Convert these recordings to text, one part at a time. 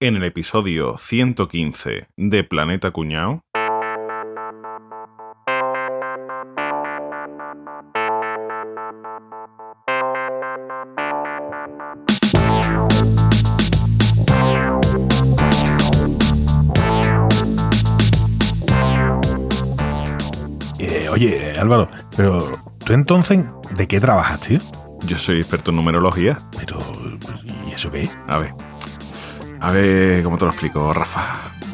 en el episodio 115 de Planeta Cuñao. Oye, Álvaro, pero ¿tú entonces de qué trabajas, tío? Yo soy experto en numerología. Pero, ¿y eso qué? A ver cómo te lo explico, Rafa.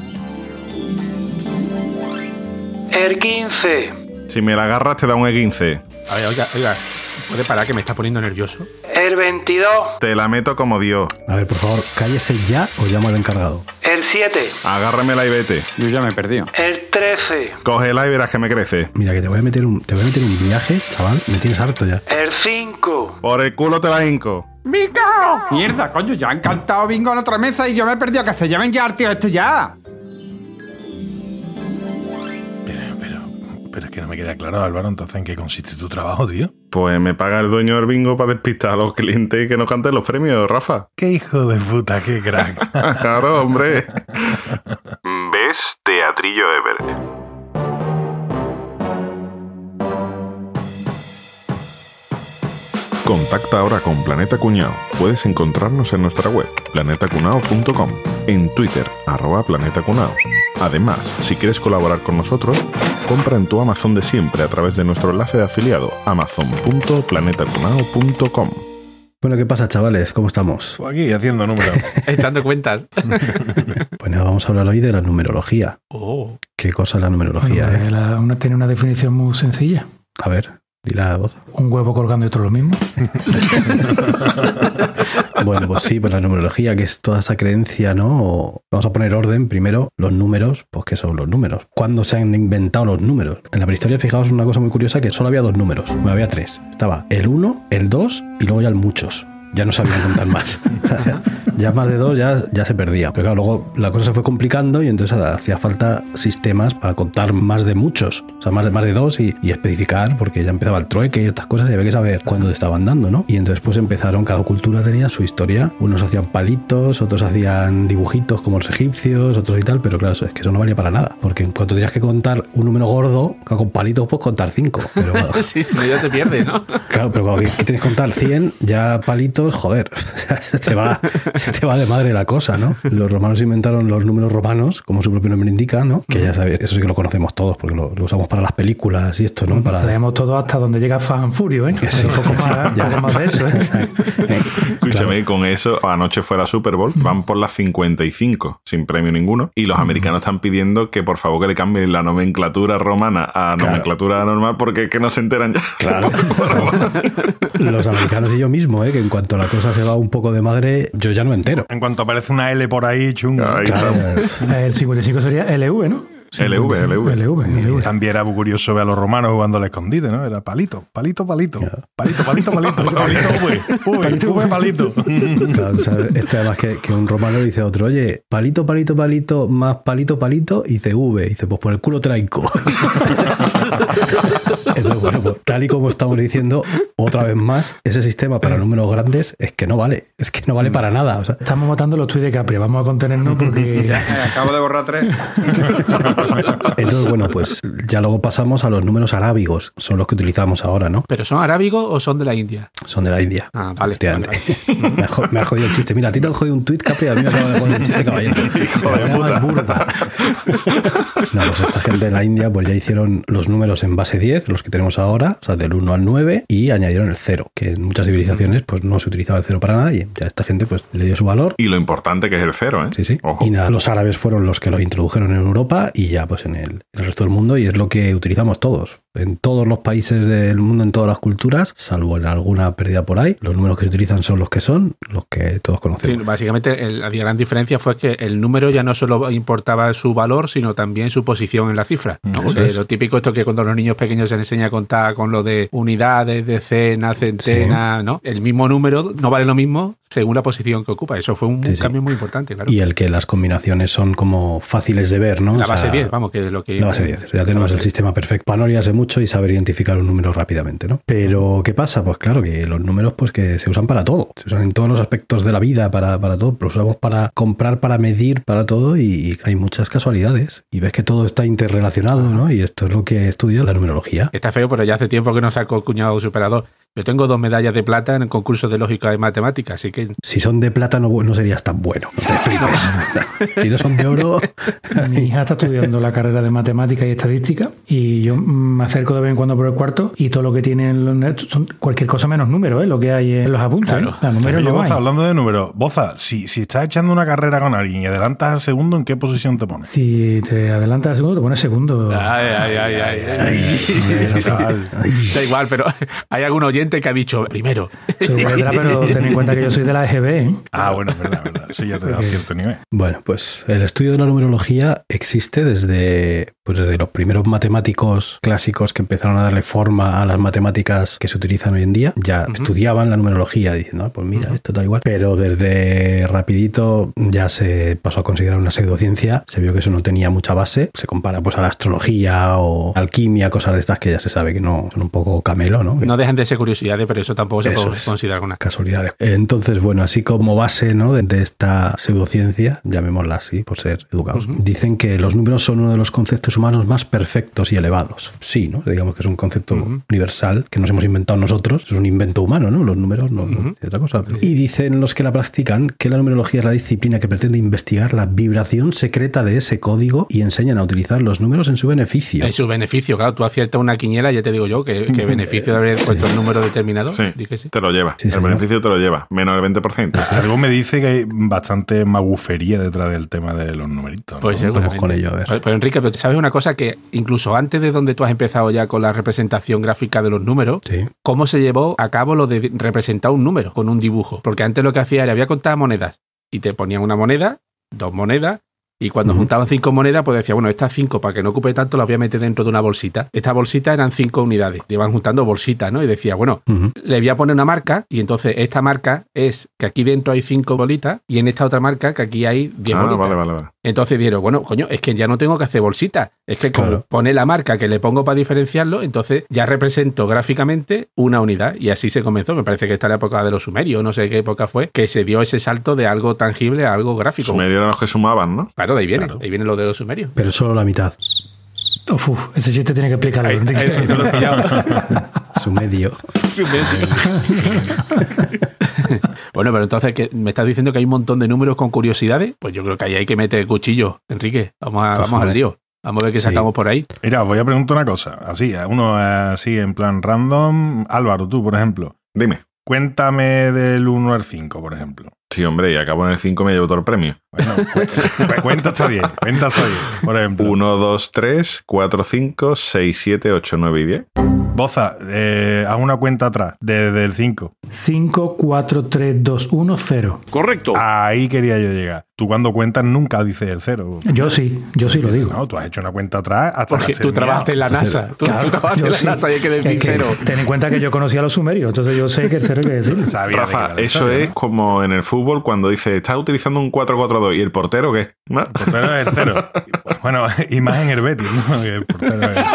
El 15. Si me la agarras te da un E15. A ver, oiga, ¿puede parar que me está poniendo nervioso? El 22. Te la meto como Dios. A ver, por favor, cállese ya o llamo al encargado. El 7. Agárramela y vete. Yo ya me he perdido. El 13. Cógela y verás que me crece. Mira, que te voy a meter un viaje, chaval. Me tienes harto ya. El 5. Por el culo te la hinco. ¡Bingo! Mierda, coño, ya han cantado bingo en otra mesa y yo me he perdido. Que se llamen ya al tío este ya. Pero es que no me queda claro, Álvaro, entonces ¿en qué consiste tu trabajo, tío? Pues me paga el dueño del bingo para despistar a los clientes y que no canten los premios, Rafa. ¡Qué hijo de puta, qué crack! Claro, hombre. ¿Ves? Teatrillo Ever. Contacta ahora con Planeta Cuñao. Puedes encontrarnos en nuestra web, planetacunao.com, en Twitter, @planetacunao. Además, si quieres colaborar con nosotros, compra en tu Amazon de siempre a través de nuestro enlace de afiliado, amazon.planetacunao.com. Bueno, ¿qué pasa, chavales? ¿Cómo estamos? Pues aquí, haciendo números. Echando cuentas. Pues nada, vamos a hablar hoy de la numerología. Oh. ¿Qué cosa es la numerología? Bueno, tiene una definición muy sencilla. A ver, dila a voz. Un huevo colgando y otro lo mismo. Bueno, pues sí, pues la numerología, que es toda esa creencia, ¿no? Vamos a poner orden primero, los números, pues ¿qué son los números? ¿Cuándo se han inventado los números? En la prehistoria, fijaos una cosa muy curiosa, que solo había dos números, bueno, había tres. Estaba el 1, el 2 y luego ya el muchos. Ya no sabían contar más. Ya más de dos ya se perdía. Pero claro, luego la cosa se fue complicando y entonces hacía falta sistemas para contar más de muchos. O sea, más de dos y especificar, porque ya empezaba el trueque y estas cosas y había que saber cuándo te estaban dando, ¿no? Y entonces pues empezaron, cada cultura tenía su historia. Unos hacían palitos, otros hacían dibujitos como los egipcios, otros y tal, pero claro, es que eso no valía para nada. Porque en cuanto tenías que contar un número gordo, con palitos puedes contar 5. Pero claro, Sí, si no ya te pierdes, ¿no? claro, pero cuando tienes que contar 100, ya palitos, joder, se te va de madre la cosa, ¿no? Los romanos inventaron los números romanos, como su propio nombre indica, ¿no? Que ya sabéis, eso sí que lo conocemos todos, porque lo usamos para las películas y esto, ¿no? Leemos todo hasta donde llega Fast and Furious, ¿eh? Sí. Un poco más de eso, ¿eh? Escúchame, con eso, anoche fue la Super Bowl, van por las 55, sin premio ninguno, y los americanos están pidiendo que por favor que le cambien la nomenclatura romana a nomenclatura normal, porque es que no se enteran ya. Claro. Los americanos y yo mismo, que en cuanto la cosa se va un poco de madre, yo ya no me entero. En cuanto aparece una L por ahí, chunga. Ahí Claro. El 55 sería LV, ¿no? LV. También era muy curioso ver a los romanos jugando al escondite, ¿no? Era palito. Palito, palito, palito, palito. Claro, o sea, esto además que un romano le dice a otro, oye, palito, palito, palito, más palito, palito, y dice V. Y dice, pues por el culo traico. Entonces, bueno, pues tal y como estamos diciendo, otra vez más, ese sistema para números grandes es que no vale para nada. O sea, Estamos matando los tuits de Capri, vamos a contenernos porque... Acabo de borrar 3. entonces, bueno, pues ya luego pasamos a los números arábigos, son los que utilizamos ahora, ¿no? ¿Pero son arábigos o son de la India? Son de la India. Ah, vale. Efectivamente. Me ha jodido el chiste. Mira, a ti te han jodido un tuit, Capri, a mí me acaba de joder el chiste, caballero. Hijo de puta. Burda. No, pues esta gente en la India pues ya hicieron los números en base 10, los que tenemos ahora, o sea, del 1 al 9, y añadieron el 0, que en muchas civilizaciones pues no se utilizaba el 0 para nada y ya esta gente pues le dio su valor. Y lo importante que es el 0, ¿eh? Sí, sí. Ojo. Y nada, los árabes fueron los que lo introdujeron en Europa y ya pues en el resto del mundo, y es lo que utilizamos todos. En todos los países del mundo, en todas las culturas, salvo en alguna pérdida por ahí, los números que se utilizan son los que todos conocemos. Sí, básicamente la gran diferencia fue que el número ya no solo importaba su valor, sino también su posición en la cifra, ¿no? Porque lo típico esto que cuando los niños pequeños se les enseña a contar con lo de unidades, decenas, centenas, ¿no? El mismo número no vale lo mismo según la posición que ocupa. Eso fue un cambio muy importante, claro. Y el que las combinaciones son como fáciles de ver, ¿no? La base 10, vamos, que lo que... La base 10, ya tenemos el sistema perfecto. Para no liarse mucho, mucho y saber identificar un número rápidamente, ¿no? Pero, ¿qué pasa? Pues claro, que los números pues que se usan para todo. Se usan en todos los aspectos de la vida para todo. Los usamos para comprar, para medir, para todo y hay muchas casualidades. Y ves que todo está interrelacionado, ¿no? Y esto es lo que estudia la numerología. Está feo, pero ya hace tiempo que no saco el cuñado superador. Yo tengo 2 medallas de plata en el concurso de lógica y matemáticas, así que... Si son de plata no serías tan bueno. No te flipes. Si no son de oro... Mi hija está estudiando la carrera de matemáticas y estadística y yo me acerco de vez en cuando por el cuarto y todo lo que tienen los nerds son cualquier cosa menos números, lo que hay en los apuntes. Claro. Los números Oye, no Boza, hay. hablando de números, Boza, si estás echando una carrera con alguien y adelantas al segundo, ¿en qué posición te pones? Si te adelantas al segundo, te pones segundo. Chaval. Da igual, pero hay algún oyente que ha dicho primero. Soy letra, pero ten en cuenta que yo soy de la EGB, ¿eh? Ah, bueno, es verdad. Eso ya te da cierto nivel. Bueno, pues el estudio de la numerología existe desde los primeros matemáticos clásicos que empezaron a darle forma a las matemáticas que se utilizan hoy en día. Ya estudiaban la numerología diciendo, pues mira, esto da igual. Pero desde rapidito ya se pasó a considerar una pseudociencia. Se vio que eso no tenía mucha base. Se compara pues a la astrología o alquimia, cosas de estas que ya se sabe que no son un poco camelo, ¿no? No dejan de ser curiosidades, pero eso tampoco se puede considerar una Casualidades. Entonces, bueno, así como base, ¿no? de esta pseudociencia, llamémosla así, por ser educados, dicen que los números son uno de los conceptos humanos más perfectos y elevados. Sí, ¿no? Digamos que es un concepto universal que nos hemos inventado nosotros. Es un invento humano, ¿no? Los números no es otra cosa. Y dicen los que la practican que la numerología es la disciplina que pretende investigar la vibración secreta de ese código y enseñan a utilizar los números en su beneficio. En su beneficio, claro. Tú aciertas una quiniela y ya te digo yo que beneficio de haber puesto el número determinado. Sí, Di que sí. te lo lleva. Sí, el señor. beneficio te lo lleva. Menos el 20%. Algo me dice que hay bastante magufería detrás del tema de los numeritos, ¿no? Pues Vamos seguramente. con ello, a ver. Pero Enrique, pero ¿sabes una cosa? Que incluso antes de donde tú has empezado ya con la representación gráfica de los números, Sí. ¿cómo se llevó a cabo lo de representar un número con un dibujo? Porque antes lo que hacía era, había contar monedas y te ponían una moneda, 2 monedas, y cuando juntaban 5 monedas, pues decía, bueno, estas 5, para que no ocupe tanto, las voy a meter dentro de una bolsita. Esta bolsita eran 5 unidades. Te iban juntando bolsitas, ¿no? Y decía, bueno, le voy a poner una marca, y entonces esta marca es que aquí dentro hay 5 bolitas, y en esta otra marca que aquí hay 10 bolitas. Vale. Entonces dijeron, bueno, coño, es que ya no tengo que hacer bolsitas. Es que como Claro. pone la marca que le pongo para diferenciarlo, entonces ya represento gráficamente una unidad. Y así se comenzó. Me parece que esta es la época de los sumerios, no sé qué época fue, que se dio ese salto de algo tangible a algo gráfico. Sumerios eran los que sumaban, ¿no? Claro, de ahí viene lo de los sumerios. Pero solo la mitad. Uf, ese chiste tiene que explicarlo, Enrique. Ahí no lo he pillado. Su medio. Bueno, pero entonces, ¿qué? ¿Me estás diciendo que hay un montón de números con curiosidades? Pues yo creo que ahí hay que meter cuchillo, Enrique. Vamos al lío. Vamos a ver qué sacamos por ahí. Mira, os voy a preguntar una cosa. Así, uno así en plan random. Álvaro, tú, por ejemplo. Dime. Cuéntame del 1 al 5, por ejemplo. Sí, hombre, y acabo en el 5 y me llevo todo el premio. Bueno, cuenta hasta 10. Cuenta hasta 10, por ejemplo. 1, 2, 3, 4, 5, 6, 7, 8, 9 y 10. Boza, haz una cuenta atrás, desde el 5. 5, 4, 3, 2, 1, 0. Correcto. Ahí quería yo llegar. Tú cuando cuentas nunca dices el 0. Yo sí lo digo. No, tú has hecho una cuenta atrás hasta Porque que has tú terminado. trabajaste en la NASA. Tú trabajaste yo en la sí. NASA y hay que decir Es que 0. ten en cuenta que yo conocía a los sumerios, entonces yo sé que el 0 hay que decirlo. Sabía de Rafa, qué era eso la es como en el fútbol cuando dice, estás utilizando un 4-4-2 y el portero, ¿qué? ¿No? El portero es el 0. Bueno, y más en el Betis, ¿no? Que el portero es...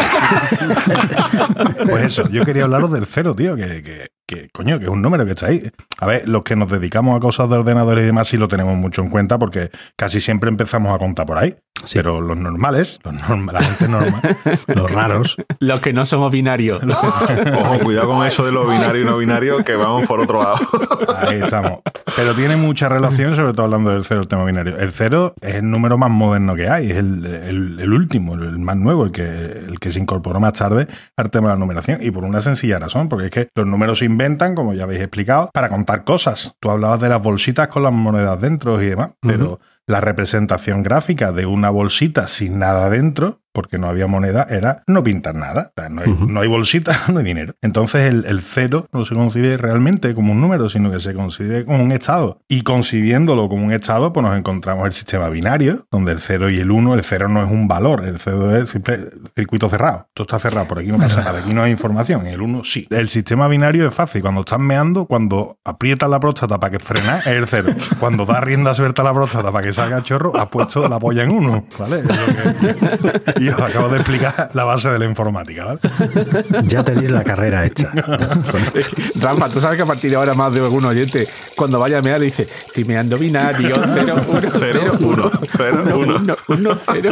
Pues eso, yo quería hablaros del 0, tío, que coño, que es un número que está ahí. A ver, los que nos dedicamos a cosas de ordenadores y demás sí lo tenemos mucho en cuenta porque casi siempre empezamos a contar por ahí. Sí. Pero los normales, la gente normal, Los raros. Los que no somos binarios. Ojo, cuidado con eso de lo binario y no binario, que vamos por otro lado. ahí estamos. Pero tiene mucha relación, sobre todo hablando del 0, el tema binario. El 0 es el número más moderno que hay, es el último, el más nuevo, el que se incorporó más tarde al tema de la numeración. Y por una sencilla razón, porque es que los números se inventan, como ya habéis explicado, para contar cosas. Tú hablabas de las bolsitas con las monedas dentro y demás, pero la representación gráfica de una bolsita sin nada dentro, porque no había moneda, era no pintar nada. O sea, no hay bolsita, no hay dinero. Entonces el 0 no se concibe realmente como un número, sino que se concibe como un estado. Y concibiéndolo como un estado, pues nos encontramos el sistema binario, donde el 0 y el 1, el 0 no es un valor, el 0 es simple circuito cerrado. Todo está cerrado, por aquí no pasa nada, aquí no hay información. El 1 sí. El sistema binario es fácil. Cuando estás meando, cuando aprietas la próstata para que frena, es el 0. Cuando das rienda suelta a la próstata para que salga el chorro, has puesto la polla en 1, ¿vale? Es lo que... Y os acabo de explicar la base de la informática, ¿vale? Ya tenéis la carrera hecha. Rafa, tú sabes que a partir de ahora más de algún oyente, cuando vaya a mear, dice, estoy meando binario, 0, 1, 0, 1, 0, 1. 1, 0.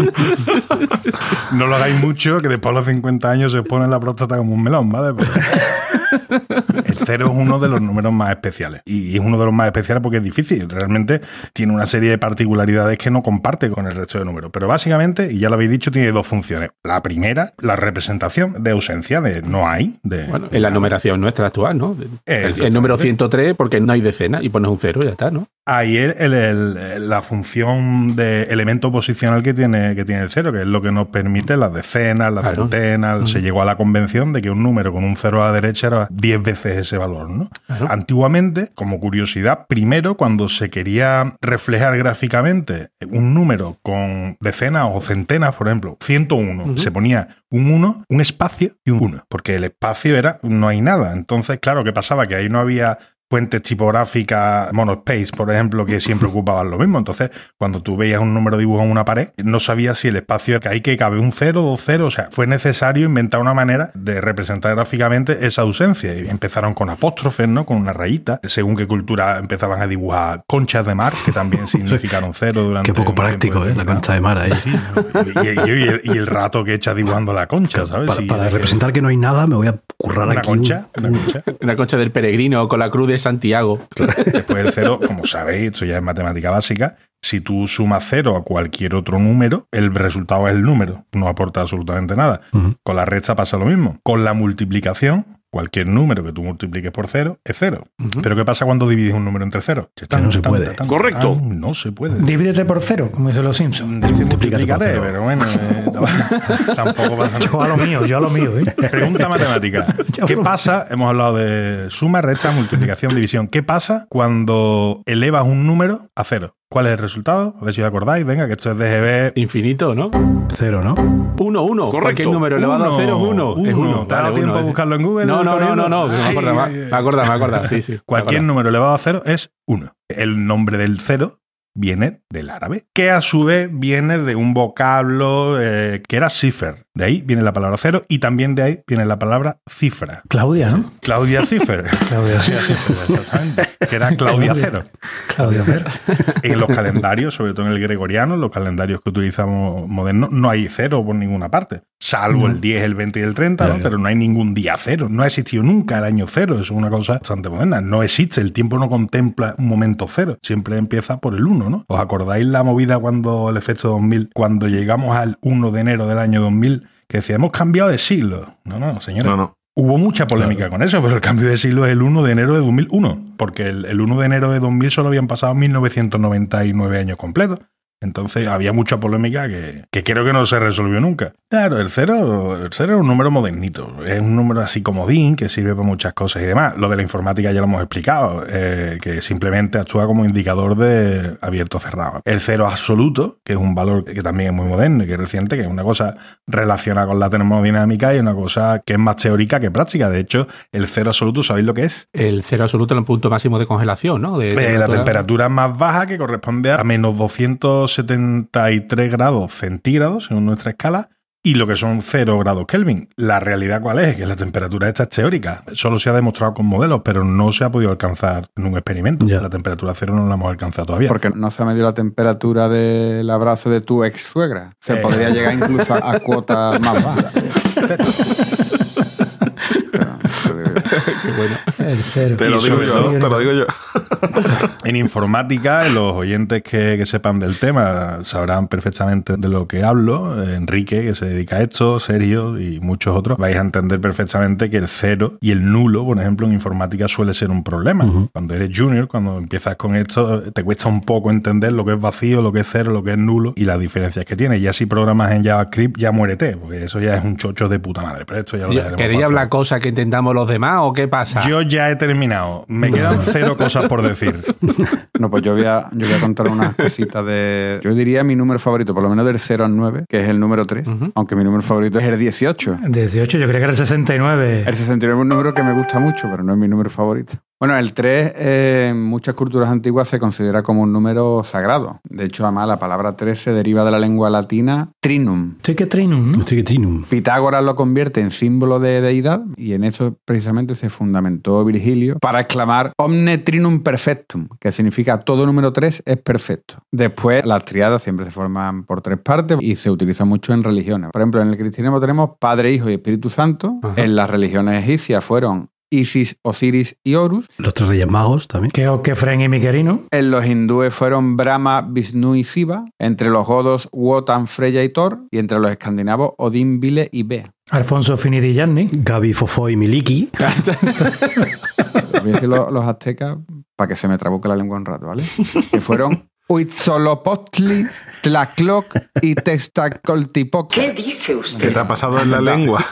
No lo hagáis mucho, que después a los 50 años se pone la próstata como un melón, ¿vale? Pero el 0 es uno de los números más especiales. Y es uno de los más especiales porque es difícil. Realmente tiene una serie de particularidades que no comparte con el resto de números. Pero básicamente, y ya lo habéis dicho, tiene dos funciones. La primera, la representación de ausencia, de no hay. Bueno, en la numeración nuestra actual, ¿no? El número 103, porque no hay decena, y pones un 0 y ya está, ¿no? Ahí es la función de elemento posicional que tiene el 0, que es lo que nos permite las decenas, las centenas. Se llegó a la convención de que un número con un 0 a la derecha era 10 veces ese valor, ¿no? Claro. Antiguamente, como curiosidad, primero cuando se quería reflejar gráficamente un número con decenas o centenas, por ejemplo, 101, se ponía un 1, un espacio y un 1, porque el espacio era no hay nada. Entonces, claro, ¿qué pasaba? Que ahí no había fuentes tipográficas, monospace, por ejemplo, que siempre ocupaban lo mismo. Entonces, cuando tú veías un número dibujado en una pared, no sabías si el espacio que hay que cabe un 0 o 2 0. O sea, fue necesario inventar una manera de representar gráficamente esa ausencia. Y empezaron con apóstrofes, ¿no? Con una rayita. Según qué cultura empezaban a dibujar conchas de mar, que también significaron 0 durante... Qué poco práctico, ¿eh? La concha de mar ahí. Sí, y el rato que echas dibujando la concha, ¿sabes? Para representar que no hay nada, me voy a currar una aquí concha. Una concha del peregrino con la cruz de Santiago. Después del 0, como sabéis, esto ya es matemática básica, si tú sumas 0 a cualquier otro número, el resultado es el número, no aporta absolutamente nada. Con la resta pasa lo mismo. Con la multiplicación, cualquier número que tú multipliques por 0 es 0. Pero ¿qué pasa cuando divides un número entre 0? Que no se puede. Correcto. No se puede. Divídete por 0, como dicen los Simpsons. Multiplícate, pero bueno, tampoco pasa nada. Yo a lo mío, ¿eh? Pregunta matemática. ¿Qué pasa? Hemos hablado de suma, resta, multiplicación, división. ¿Qué pasa cuando elevas un número a 0? ¿Cuál es el resultado? A ver si os acordáis. Venga, que esto es DGB. Infinito, ¿no? 0, ¿no? 1, 1. Correcto. Cualquier número elevado a 0 es 1. Es 1. ¿Te ha dado tiempo a buscarlo en Google? No. Me acordaba. Sí. Cualquier número elevado a 0 es 1. El nombre del 0 viene del árabe, que a su vez viene de un vocablo que era cifr. De ahí viene la palabra 0 y también de ahí viene la palabra cifra. Claudia, ¿no? Claudia Cifr. Claudia Exactamente. Que era Claudia 0. Claudia 0. En los calendarios, sobre todo en el gregoriano, los calendarios que utilizamos modernos, no hay 0 por ninguna parte. Salvo el 10, el 20 y el 30, ¿no? Pero no hay ningún día 0. No ha existido nunca el año 0. Eso es una cosa bastante moderna. No existe. El tiempo no contempla un momento 0. Siempre empieza por el 1, ¿no? ¿Os acordáis la movida cuando el efecto 2000, cuando llegamos al 1 de enero del año 2000, que decía, hemos cambiado de siglo? No, señores. No. Hubo mucha polémica con eso, pero el cambio de siglo es el 1 de enero de 2001, porque el 1 de enero de 2000 solo habían pasado 1999 años completos. Entonces había mucha polémica que creo que no se resolvió nunca. Claro, el 0 es un número modernito. Es un número así comodín que sirve para muchas cosas y demás. Lo de la informática ya lo hemos explicado, que simplemente actúa como indicador de abierto-cerrado. El 0 absoluto, que es un valor que también es muy moderno y que es reciente, que es una cosa relacionada con la termodinámica y una cosa que es más teórica que práctica. De hecho, el 0 absoluto, ¿sabéis lo que es? El 0 absoluto es el punto máximo de congelación, ¿no? La temperatura más baja, que corresponde a menos 273 grados centígrados según nuestra escala, y lo que son 0 grados Kelvin. La realidad, ¿cuál es? Que la temperatura esta es teórica. Solo se ha demostrado con modelos, pero no se ha podido alcanzar en un experimento. La temperatura 0 no la hemos alcanzado todavía. Porque no se ha medido la temperatura del abrazo de tu ex suegra. Se podría llegar incluso a cuotas más bajas. Qué bueno. El 0. Te lo digo yo. En informática, los oyentes que sepan del tema sabrán perfectamente de lo que hablo. Enrique, que se dedica a esto, Sergio y muchos otros, vais a entender perfectamente que el 0 y el nulo, por ejemplo, en informática suele ser un problema. Cuando eres junior, cuando empiezas con esto, te cuesta un poco entender lo que es vacío, lo que es 0, lo que es nulo y las diferencias que tiene. Ya si programas en JavaScript, ya muérete, porque eso ya es un chocho de puta madre. Pero esto ya lo dejaremos. ¿Queréis hablar cosas que intentamos los demás o qué pasa? Yo ya he terminado. Me quedan 0 cosas por decir. No, pues yo voy a contar unas cositas de... Yo diría mi número favorito, por lo menos del 0 al 9, que es el número 3, aunque mi número favorito es el 18. 18, yo creo que era el 69. El 69 es un número que me gusta mucho, pero no es mi número favorito. Bueno, el 3 en muchas culturas antiguas se considera como un número sagrado. De hecho, además, la palabra 3 se deriva de la lengua latina trinum. Sí que trinum, ¿no? Sí que trinum. Pitágoras lo convierte en símbolo de deidad y en eso precisamente se fundamentó Virgilio para exclamar omne trinum perfectum, que significa todo número 3 es perfecto. Después, las tríadas siempre se forman por 3 partes y se utiliza mucho en religiones. Por ejemplo, en el cristianismo tenemos Padre, Hijo y Espíritu Santo. Ajá. En las religiones egipcias fueron Isis, Osiris y Horus. Los 3 reyes magos también. Kefren y Miquelino. En los hindúes fueron Brahma, Vishnu y Shiva. Entre los godos, Wotan, Freya y Thor. Y entre los escandinavos, Odín, Vile y Ve. Alfonso Finidi-Gianni. Gaby, Fofó y Miliki. Voy a decir los aztecas para que se me trabuque la lengua un rato, ¿vale? Que fueron Huitzolopostli, Tlacloc y Textacoltipoc. ¿Qué dice usted? ¿Qué te ha pasado en la lengua?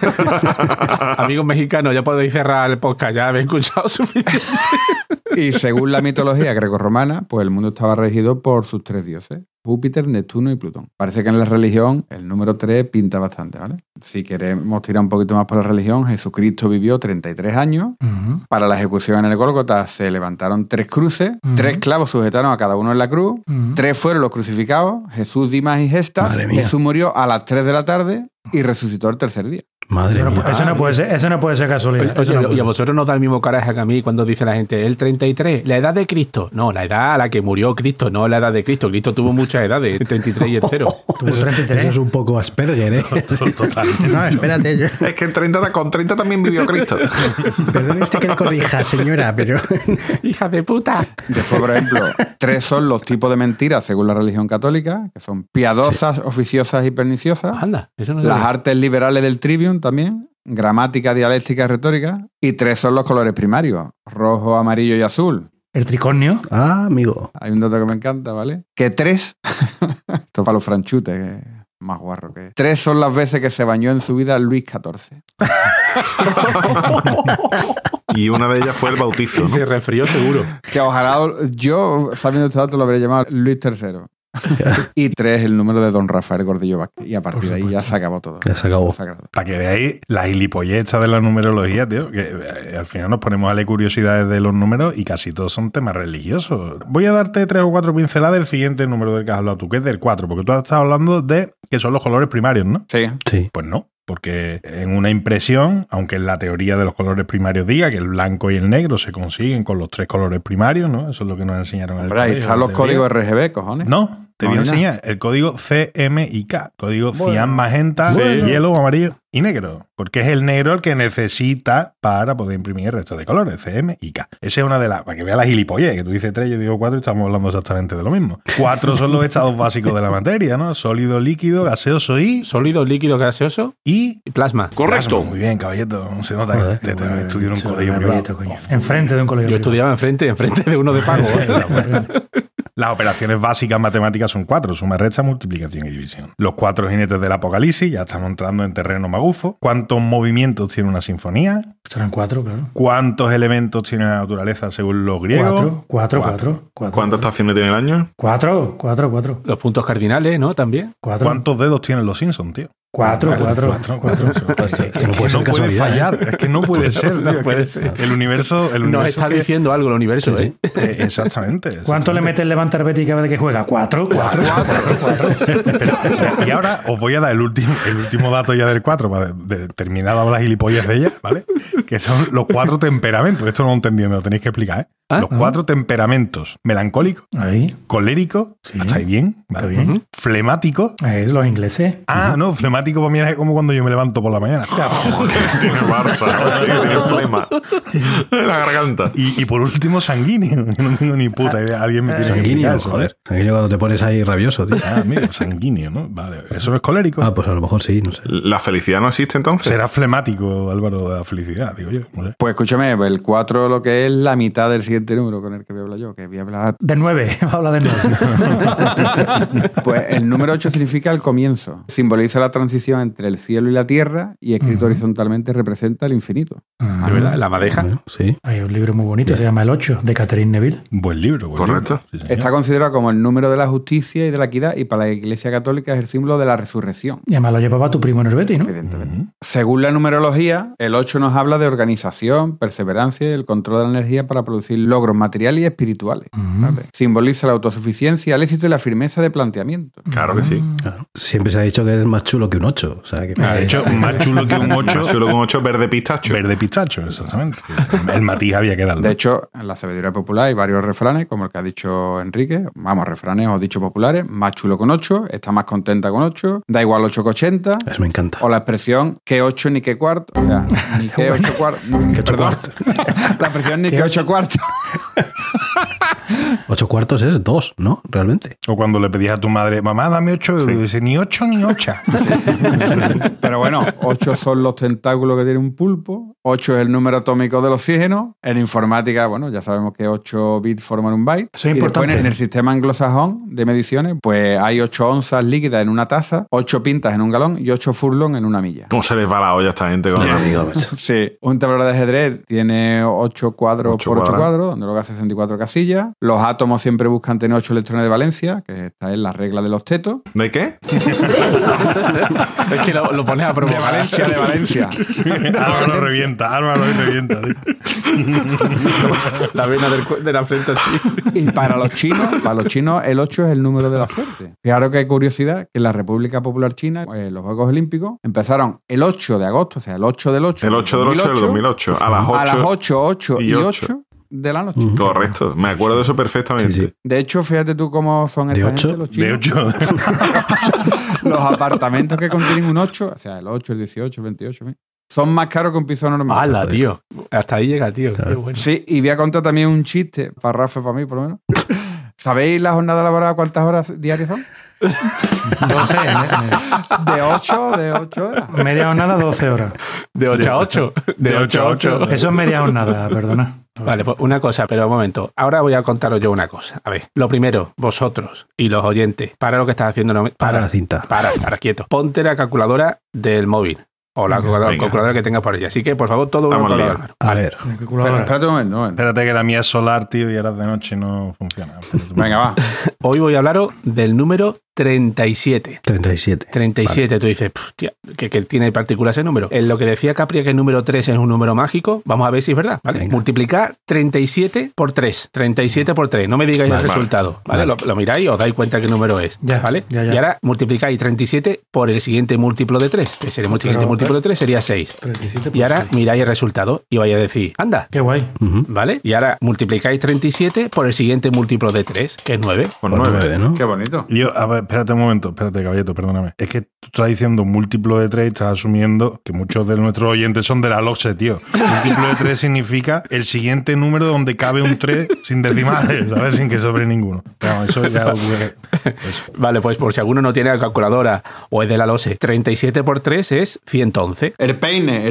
Amigos mexicanos, ya podéis cerrar el podcast, ya habéis escuchado suficiente. Y según la mitología grecorromana, pues el mundo estaba regido por sus 3 dioses, Júpiter, Neptuno y Plutón. Parece que en la religión el número 3 pinta bastante, ¿vale? Si queremos tirar un poquito más por la religión, Jesucristo vivió 33 años. Uh-huh. Para la ejecución en el Gólgota se levantaron 3 cruces, uh-huh. 3 clavos sujetaron a cada uno en la cruz, uh-huh. 3 fueron los crucificados, Jesús, Dimas y Gestas. Jesús murió a las 3 de la tarde y resucitó el tercer día. Madre mía. Eso no puede ser casualidad. Oye, y a vosotros nos da el mismo coraje que a mí cuando dice la gente, el 33, la edad de Cristo. No, la edad a la que murió Cristo, no la edad de Cristo. Cristo tuvo muchas edades, el 33 y el 0. Tuvo 33. Eso es un poco Asperger, ¿eh? Total. No, espérate. Es que con 30 también vivió Cristo. Perdone usted que le corrija, señora, pero... ¡Hija de puta! Después, por ejemplo, 3 son los tipos de mentiras según la religión católica, que son piadosas, sí. Oficiosas y perniciosas. Anda, eso no Las artes liberales del trivium también. Gramática, dialéctica y retórica. Y 3 son los colores primarios, rojo, amarillo y azul. El tricornio. Ah, amigo. Hay un dato que me encanta, ¿vale? Que 3, esto para los franchutes, que es más guarro que 3 son las veces que se bañó en su vida Luis XIV. Y una de ellas fue el bautizo, ¿no? Y se resfrió seguro. Que ojalá yo, sabiendo este dato, lo habría llamado Luis III. Y 3 el número de don Rafael Gordillo Vázquez. Y a partir de ahí ya se acabó todo. Ya se acabó. Para que veáis la gilipolleza de la numerología, tío, que al final nos ponemos a leer curiosidades de los números y casi todos son temas religiosos. Voy a darte 3 o 4 pinceladas del siguiente número del que has hablado tú, que es del 4, porque tú has estado hablando de que son los colores primarios, ¿no? Sí. Pues no. Porque en una impresión, aunque en la teoría de los colores primarios diga que el blanco y el negro se consiguen con los 3 colores primarios, ¿no? Eso es lo que nos enseñaron en el colegio. Ahí están los códigos RGB, cojones. No, te voy a enseñar el código CMYK, código cian, magenta, hielo, amarillo y negro. Porque es el negro el que necesita para poder imprimir el resto de colores, CMYK. Esa es una de las, para que veas la gilipollez, que tú dices 3, yo digo 4 y estamos hablando exactamente de lo mismo. 4 son los estados básicos de la materia, ¿no? Sólido, líquido, gaseoso y... Sólido, líquido, gaseoso y plasma. Correcto. Plasma. Muy bien, caballito. Se nota que te estudió en un colegio privado. Enfrente de un colegio. Yo estudiaba enfrente de uno de pago. Las operaciones básicas matemáticas son 4, suma, resta, multiplicación y división. Los 4 jinetes del apocalipsis, ya estamos entrando en terreno magufo. ¿Cuántos movimientos tiene una sinfonía? Serán 4, claro. ¿Cuántos elementos tiene la naturaleza según los griegos? 4. ¿Cuántas estaciones tiene el año? 4. Los puntos cardinales, ¿no? También. 4. ¿Cuántos dedos tienen los Simpsons, tío? 4. No puede fallar, es que no puede ser. No puede ser. El universo nos está diciendo algo el universo, ¿eh? Exactamente. ¿Cuánto le mete el levantar Betty cada vez que juega? 4. Y ahora os voy a dar el último dato ya del 4 para terminar las gilipollas de ella, ¿vale? Que son los 4 temperamentos. Esto no lo entendí, me lo tenéis que explicar, ¿eh? Los 4 temperamentos: melancólico, colérico, ¿hasta ahí bien? ¿Vale? Bien. Flemático. Es los ingleses. No, flemático para mí es como cuando yo me levanto por la mañana. Tiene Barça, tiene flema en la garganta. Y por último, sanguíneo. Yo no tengo ni puta idea. Alguien me tiene sanguíneo, eso, joder. Sanguíneo cuando te pones ahí rabioso, tío. Mira, sanguíneo, ¿no? Vale. ¿Eso no es colérico? Pues a lo mejor sí, no sé. ¿La felicidad no existe entonces? Será flemático, Álvaro, de la felicidad, digo yo. No sé. Pues escúchame, el 4 lo que es la mitad del siguiente siguiente número con el que voy a hablar yo, que voy a hablar... De 9, habla de 9. Pues el número 8 significa el comienzo. Simboliza la transición entre el cielo y la tierra y escrito horizontalmente representa el infinito. ¿De verdad? ¿La madeja? Sí. Hay un libro muy bonito, se llama El 8, de Catherine Neville. Buen libro, buen Correcto. libro. Sí, señor. Está considerado como el número de la justicia y de la equidad y para la Iglesia Católica es el símbolo de la resurrección. Y además lo llevaba tu primo Nerbetti, ¿no? Evidentemente. Según la numerología, el 8 nos habla de organización, perseverancia y el control de la energía para producir logros materiales y espirituales. ¿Vale? Simboliza la autosuficiencia, el éxito y la firmeza de planteamiento. Claro que sí. Claro. Siempre se ha dicho que eres más chulo que un 8. O sea, que De hecho, más chulo que un 8. Más chulo con 8 verde pistacho. Verde pistacho, exactamente. El matiz había que darle. De hecho, en la sabiduría popular hay varios refranes, como el que ha dicho Enrique. Vamos, refranes o dichos populares. Más chulo con 8, está más contenta con 8, da igual 8 que 80. eso me encanta. O la expresión que 8 ni que cuarto. O sea, ni que 8 cuartos. Que 8 cuartos. La expresión ni que 8 cuartos. 8 cuartos es 2, ¿no? Realmente. O cuando le pedías a tu madre, mamá, dame 8, y dice, ni 8 ni 8. Pero bueno, 8 son los tentáculos que tiene un pulpo, 8 es el número atómico del oxígeno. En informática, bueno, ya sabemos que 8 bits forman un byte. Eso es y importante. después en el sistema anglosajón de mediciones, pues hay 8 onzas líquidas en una taza, 8 pintas en un galón y 8 furlong en una milla. ¿Cómo se les va la olla a esta gente? Con Ya digo, macho. Sí, un tablero de ajedrez tiene 8 cuadros 8 por 8 cuadros. cuadros, donde luego hace 64 casillas. Los átomos siempre buscan tener 8 electrones de valencia, que esta es la regla de los tetos. ¿De qué? Es que lo pones a probar. De Valencia. Álvaro revienta. La vena de la frente así. Y para los chinos, el 8 es el número de la suerte. Claro que hay curiosidad que en la República Popular China, los Juegos Olímpicos, empezaron el 8 de agosto, o sea, el 8 del 8. El 8 del 8 del 2008. A las 8. A las 8, 8 y 8. 8 de la noche. Correcto. Me acuerdo de eso perfectamente. Sí, sí. De hecho, fíjate tú cómo son ¿De esta 8? gente, los De chinos. 8. Los apartamentos que contienen un 8, o sea, el 8, el 18, el 28, en fin, son más caros que un piso normal. ¡Hala, tío! Hasta ahí llega, tío. Qué bueno. Sí, y voy a contar también un chiste, para Rafa y para mí, por lo menos. ¿Sabéis la jornada laboral cuántas horas diarias son? 12, De 8 horas. media jornada, 12 horas. De 8 a 8. De 8 a 8. Eso es media jornada, perdona. Vale, pues una cosa, pero un momento. Ahora voy a contaros yo una cosa. A ver, lo primero, vosotros y los oyentes, para lo que estás haciendo. No, Para la cinta. Para, quieto. Ponte la calculadora del móvil. O la calculadora que tengas por ella. Así que, por favor, todo uno Vamos con al la lío. mano. A ver. Pero, espérate un momento. Espérate que la mía es solar, tío, y ahora de noche no funciona. Venga, va. Hoy voy a hablaros del número 37. 37. 37, tú dices, tía, ¿qué tiene de particular ese número? En lo que decía Capria que el número 3 es un número mágico, vamos a ver si es verdad, ¿vale? Venga. Multiplicar 37 por 3. 37 por 3, no me digáis Vale, el resultado, ¿vale? Lo miráis y os dais cuenta qué número es, Ya, ¿vale? ya. Y ahora multiplicáis 37 por el siguiente múltiplo de 3, que sería el siguiente múltiplo de 3 sería 6. 37 por Y ahora 6. miráis el resultado y vais a decir, anda, Qué guay. Ujú. ¿vale? Y ahora multiplicáis 37 por el siguiente múltiplo de 3, que es 9. Con Por 9. 9, ¿no? Qué bonito. Yo, a ver, espérate un momento, caballito, perdóname. Es que tú estás diciendo múltiplo de 3 y estás asumiendo que muchos de nuestros oyentes son de la LOCSE, tío. Múltiplo de 3 significa el siguiente número donde cabe un 3 sin decimales, ¿sabes? Sin que sobre ninguno. Pero eso ya... Eso. Vale, pues por si alguno no tiene la calculadora o es de la LOSE, 37 por 3 es 111. El peine.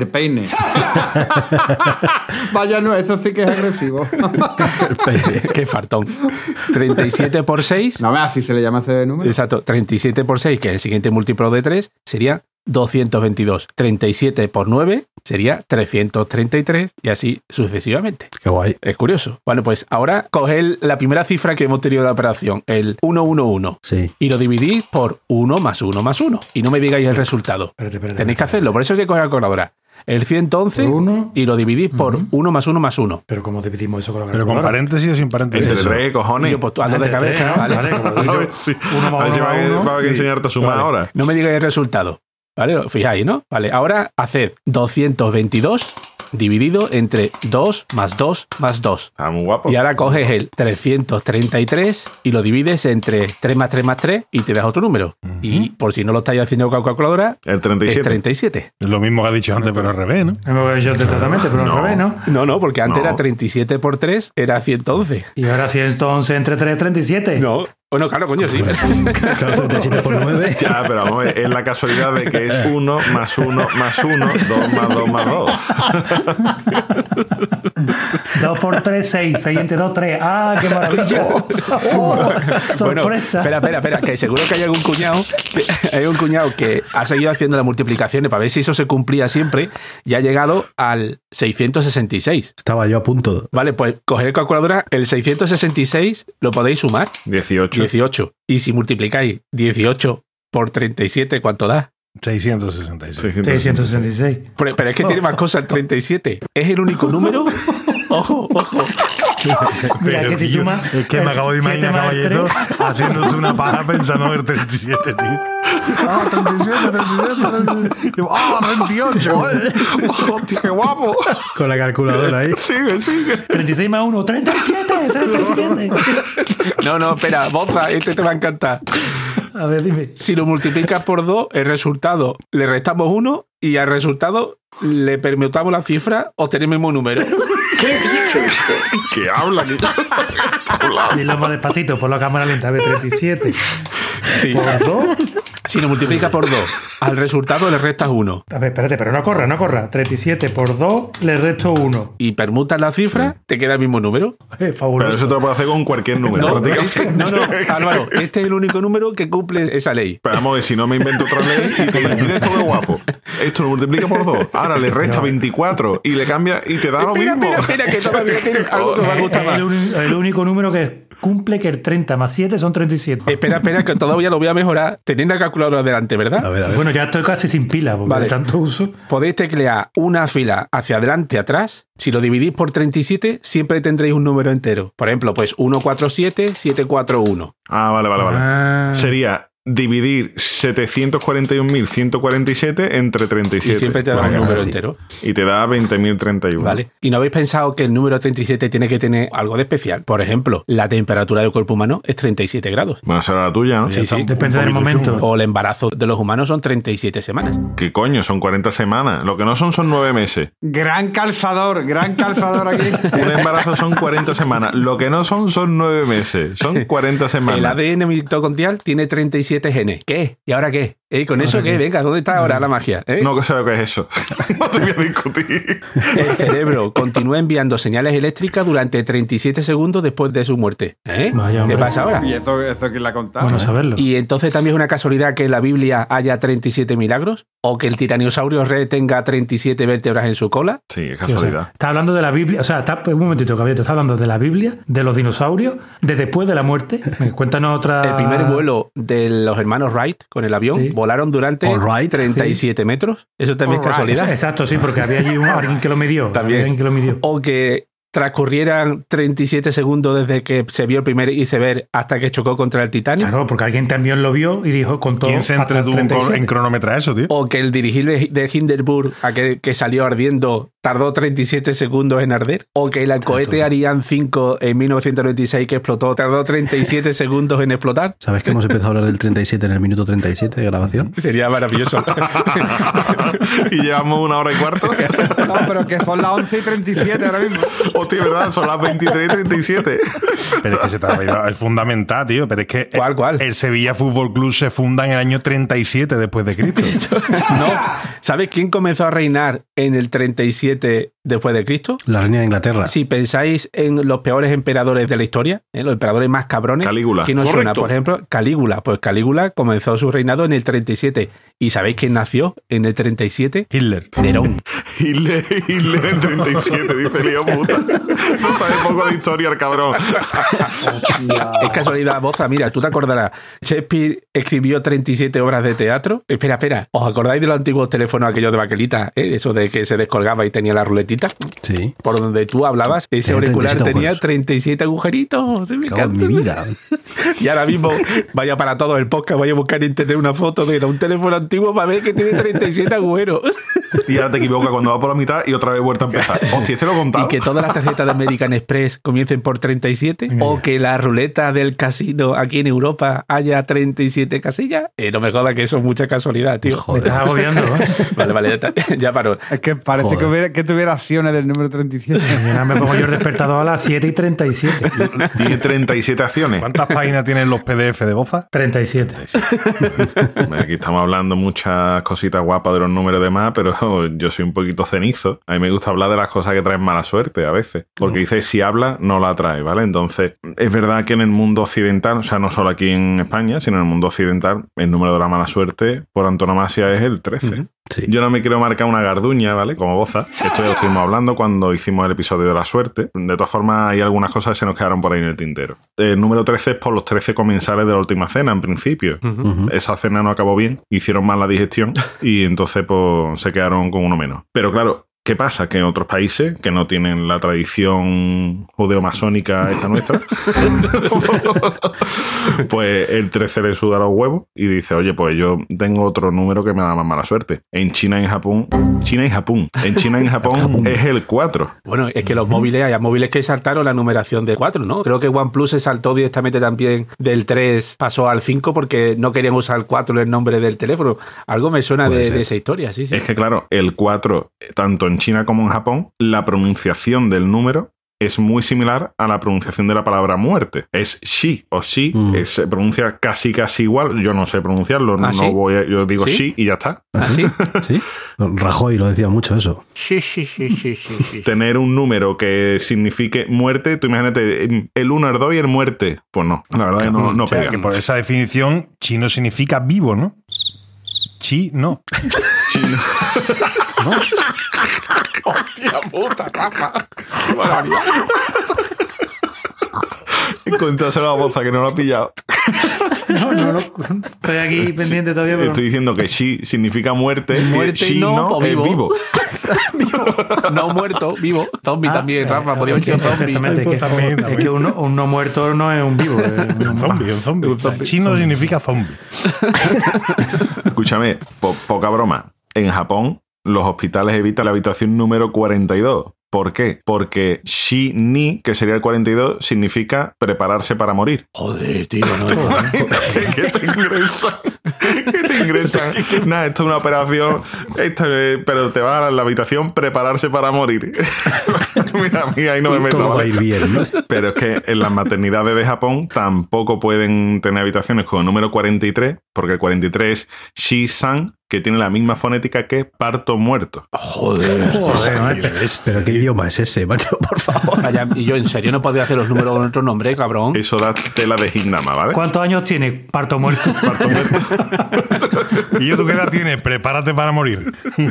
Vaya, no, eso sí que es agresivo. Qué fartón. 37 por 6, No, así se le llama ese número. exacto, 37 por 6, que es el siguiente múltiplo de 3, sería 222. 37 por 9 sería 333 y así sucesivamente. Qué guay. Es curioso. Bueno, pues ahora coged la primera cifra que hemos tenido de la operación, el 111, Sí. y lo dividís por 1 más 1 más 1. Y no me digáis el resultado. Espérate. Tenéis que hacerlo, por eso hay que coger la calculadora. El 111 Por uno. y lo dividís por 1 más 1 más 1. Pero ¿cómo dividimos eso con la Pero con calculadora? paréntesis o sin paréntesis. Entre Eso. 3, cojones. Yo, pues tú hazlo de Entre cabeza, tres, ¿no? ¿vale? Vale, como A digo yo. ver si, Uno más a ver si uno va más uno. a Sí. enseñarte a sumar Vale. ahora. No me digáis el resultado, ¿vale? Lo fijáis, ¿no? Vale, ahora haced 222 dividido entre 2 más 2 más 2. Está muy guapo. Y ahora coges el 333 y lo divides entre 3 más 3 más 3 y te das otro número. Y por si no lo estáis haciendo con calculadora, El es 37. 37. Es lo mismo que ha dicho antes, pero al revés, ¿no? Hemos hecho exactamente, pero al revés, ¿no? No, porque antes No. era 37 por 3, era 111. Y ahora 111 entre 3 es 37. No, Bueno, claro, coño, sí. Claro, 37 por 9. Ya, pero vamos, es la casualidad de que es 1 más 1 más 1, 2 más 2 más 2. 2 por 3, 6. 6 entre 2, 3. ¡Ah, qué maravilla! ¡Sorpresa! Bueno, espera, que seguro que hay algún cuñado que ha seguido haciendo las multiplicaciones para ver si eso se cumplía siempre y ha llegado al 666. Estaba yo a punto. Vale, pues coger calculadora, el 666 lo podéis sumar. 18. 18. Y si multiplicáis 18 por 37, ¿cuánto da? 666. 666. Pero es que tiene más cosas el 37. Es el único número. Ojo. Mira, que si tío, suma. es que me acabo de imaginar a Caballero haciéndose una paja pensando en el 37, tío. 37. ¡Ah, 28! ¡Hostia, qué guapo! Con la calculadora ahí. Sigue. 36 más 1, 37. No, espera, Boza, este te va a encantar. A ver, dime. Si lo multiplicas por 2, el resultado le restamos 1 y al resultado le permutamos la cifra, obtenemos el mismo número. ¿Qué dice usted? ¿Qué habla? ¿Qué está hablando? Dilo más despacito, por la cámara lenta. A ver, 37. Sí. ¿Por 2? Si lo multiplicas por 2, al resultado le restas 1. A ver, espérate, pero no corra. 37 por 2 le resto 1. Y permutas la cifra, te queda el mismo número. Fabuloso. Pero eso te lo puedo hacer con cualquier número. No, prácticamente. Álvaro, este es el único número que cumple esa ley. Pero vamos a ver, si no me invento otra ley y te digo, mira esto qué guapo. Esto lo multiplica por 2. Ahora le resta 24 y le cambia y te da lo mismo. Espera, que todavía tiene algo que me va a gustar más. El único número que cumple que el 30 más 7 son 37. Espera, que todavía lo voy a mejorar teniendo la calculadora delante, ¿verdad? A ver. Bueno, ya estoy casi sin pila, porque de tanto uso. Podéis teclear una fila hacia adelante y atrás. Si lo dividís por 37, siempre tendréis un número entero. Por ejemplo, pues 147, 741. Ah, vale. Ah. Sería dividir 741.147 entre 37. Y siempre te da un número entero. Y te da 20.031. Vale. ¿Y no habéis pensado que el número 37 tiene que tener algo de especial? Por ejemplo, la temperatura del cuerpo humano es 37 grados. Bueno, será la tuya, ¿no? Sí. Depende del momento. O el embarazo de los humanos son 37 semanas. ¿Qué coño? Son 40 semanas. Lo que no son 9 meses. Gran calzador aquí. Un embarazo son 40 semanas. Lo que no son 9 meses. Son 40 semanas. El ADN mitocondrial tiene 37 genes. ¿Qué? ¿Y ahora qué? ¿Con eso qué? Venga, ¿dónde está ahora la magia? No sé lo que es eso. No te voy a discutir. El cerebro continúa enviando señales eléctricas durante 37 segundos después de su muerte. Vaya, hombre. ¿Qué pasa ahora? ¿Y eso quién la ha contado? Bueno saberlo. Y entonces también es una casualidad que en la Biblia haya 37 milagros o que el tiranosaurio Rex tenga 37 vértebras en su cola. Sí, es Sí, o sea, casualidad. está hablando de la Biblia, o sea, un momentito, Caballero, está hablando de la Biblia, de los dinosaurios, de después de la muerte. Cuéntanos otra. El primer vuelo de los hermanos Wright con el avión Sí. volaron durante All right, 37 metros. Eso también es casualidad. Exacto, sí, porque había allí alguien que lo midió. También. Había alguien que lo midió. O que transcurrieran 37 segundos desde que se vio el primer iceberg hasta que chocó contra el Titanic. Claro, porque alguien también lo vio y dijo con todo. ¿Quién se hasta el entretuvo 37. en cronometrar eso, tío? O que el dirigible de Hindenburg, que salió ardiendo, tardó 37 segundos en arder. O que el cohete Ariane 5 en 1996 que explotó, tardó 37 segundos en explotar. ¿Sabes que hemos empezado a hablar del 37 en el minuto 37 de grabación? Sería maravilloso. Y llevamos 1 hora y cuarto. No, pero que son las 11:37 ahora mismo. Hostia, ¿verdad? Son las 23:37. Pero es que se te ha olvidado. Es fundamental, tío. Pero es que ¿Cuál? el Sevilla Fútbol Club se funda en el año 37 después de Cristo. No. ¿Sabes quién comenzó a reinar en el 37 después de Cristo? La reina de Inglaterra. Si pensáis en los peores emperadores de la historia, los emperadores más cabrones, Calígula. ¿quién os suena? Correcto. Por ejemplo, Calígula. Pues Calígula comenzó su reinado en el 37. ¿Y sabéis quién nació en el 37? Hitler. Nerón. Hitler en 37, dice Leo puta. No sabe poco de historia el cabrón. Es casualidad, Boza. Mira, tú te acordarás. Shakespeare escribió 37 obras de teatro. Espera. ¿Os acordáis de los antiguos teléfonos aquellos de baquelita? Eso de que se descolgaba y tenía la ruletita. Sí. Por donde tú hablabas, ese Tenía auricular 37 tenía agujeros. 37 agujeritos. Sí, me Cago en encanta. mi vida. Y ahora mismo, vaya para todo el podcast, vaya a buscar en internet una foto de un teléfono antiguo para ver que tiene 37 agujeros. Y ahora te equivocas cuando va por la mitad y otra vez vuelta a empezar. Hostia, ¿se lo he contado? Y que todas las tarjetas de American Express comiencen por 37. O que la ruleta del casino aquí en Europa haya 37 casillas. No me jodas que eso es mucha casualidad, tío. Me estás agobiando, ¿no? Vale, ya paro. Es que parece que tuviera acciones del número 37. Mañana me pongo yo el despertador a las 7:37. Tiene 37 acciones. ¿Cuántas páginas tienen los PDF de Boza? 37. Aquí estamos hablando muchas cositas guapas de los números de más, pero yo soy un poquito cenizo. A mí me gusta hablar de las cosas que traen mala suerte a veces. Porque dice, si habla, no la trae, ¿vale? Entonces, es verdad que en el mundo occidental, o sea, no solo aquí en España, sino en el mundo occidental, el número de la mala suerte por antonomasia es el 13. Sí. Yo no me quiero marcar una garduña, ¿vale? Como Boza. Esto ya lo estuvimos hablando cuando hicimos el episodio de la suerte. De todas formas, hay algunas cosas que se nos quedaron por ahí en el tintero. El número 13 es por los 13 comensales de la última cena, en principio. Esa cena no acabó bien, hicieron mal la digestión y entonces pues se quedaron con uno menos. Pero claro, ¿qué pasa? Que en otros países que no tienen la tradición judeo-masónica esta nuestra, pues el 13 le suda los huevos y dice, oye, pues yo tengo otro número que me da más mala suerte. En China y en Japón es el 4. Bueno, es que los móviles, hay móviles que saltaron la numeración de 4, ¿no? Creo que OnePlus se saltó directamente también del 3, pasó al 5 porque no querían usar el 4 en el nombre del teléfono. Algo me suena de esa historia, sí. Es que claro, el 4, tanto en China como en Japón, la pronunciación del número es muy similar a la pronunciación de la palabra muerte. Es shi o shi, se pronuncia casi igual. Yo no sé pronunciarlo, yo digo ¿Sí? shi y ya está. ¿Ah, sí? ¿Sí? Rajoy lo decía mucho eso. Sí. Tener un número que signifique muerte, tú imagínate, el 1, el 2 y el muerte. Pues no, la verdad que no O sea, pega. que por esa definición, chino significa vivo, ¿no? Chi, no. Chino. ¡Hostia puta, Rafa! Cuéntaselo a Boza, que no lo ha pillado. No. Estoy aquí pendiente todavía, pero... Estoy diciendo que shi significa muerte. Muerte shi no, o es vivo. vivo. No muerto, vivo. Zombie también, Rafa, podría haber sido zombie. Exactamente, es que un no muerto no es un vivo. Un zombie. Chino significa zombie. Escúchame, poca broma. En Japón, los hospitales evitan la habitación número 42. ¿Por qué? Porque shi-ni, que sería el 42, significa prepararse para morir. Joder, tío, no. ¿Qué te ingresan? ¿Qué te ingresan? Nada, esto es una operación, pero te va a la habitación prepararse para morir. Mira, a mí ahí no me meto. Todo va a ¿vale? ir bien, ¿no? Pero es que en las maternidades de Japón tampoco pueden tener habitaciones con el número 43, porque el 43 es shi-san, que tiene la misma fonética que parto muerto. Joder, Pero qué idioma es ese, macho, por favor. Vaya, y yo en serio no podía hacer los números con otro nombre, cabrón. Eso da tela de Hignama, ¿vale? ¿Cuántos años tiene? Parto muerto. Parto muerto. ¿Y yo tú qué edad tienes? Prepárate para morir.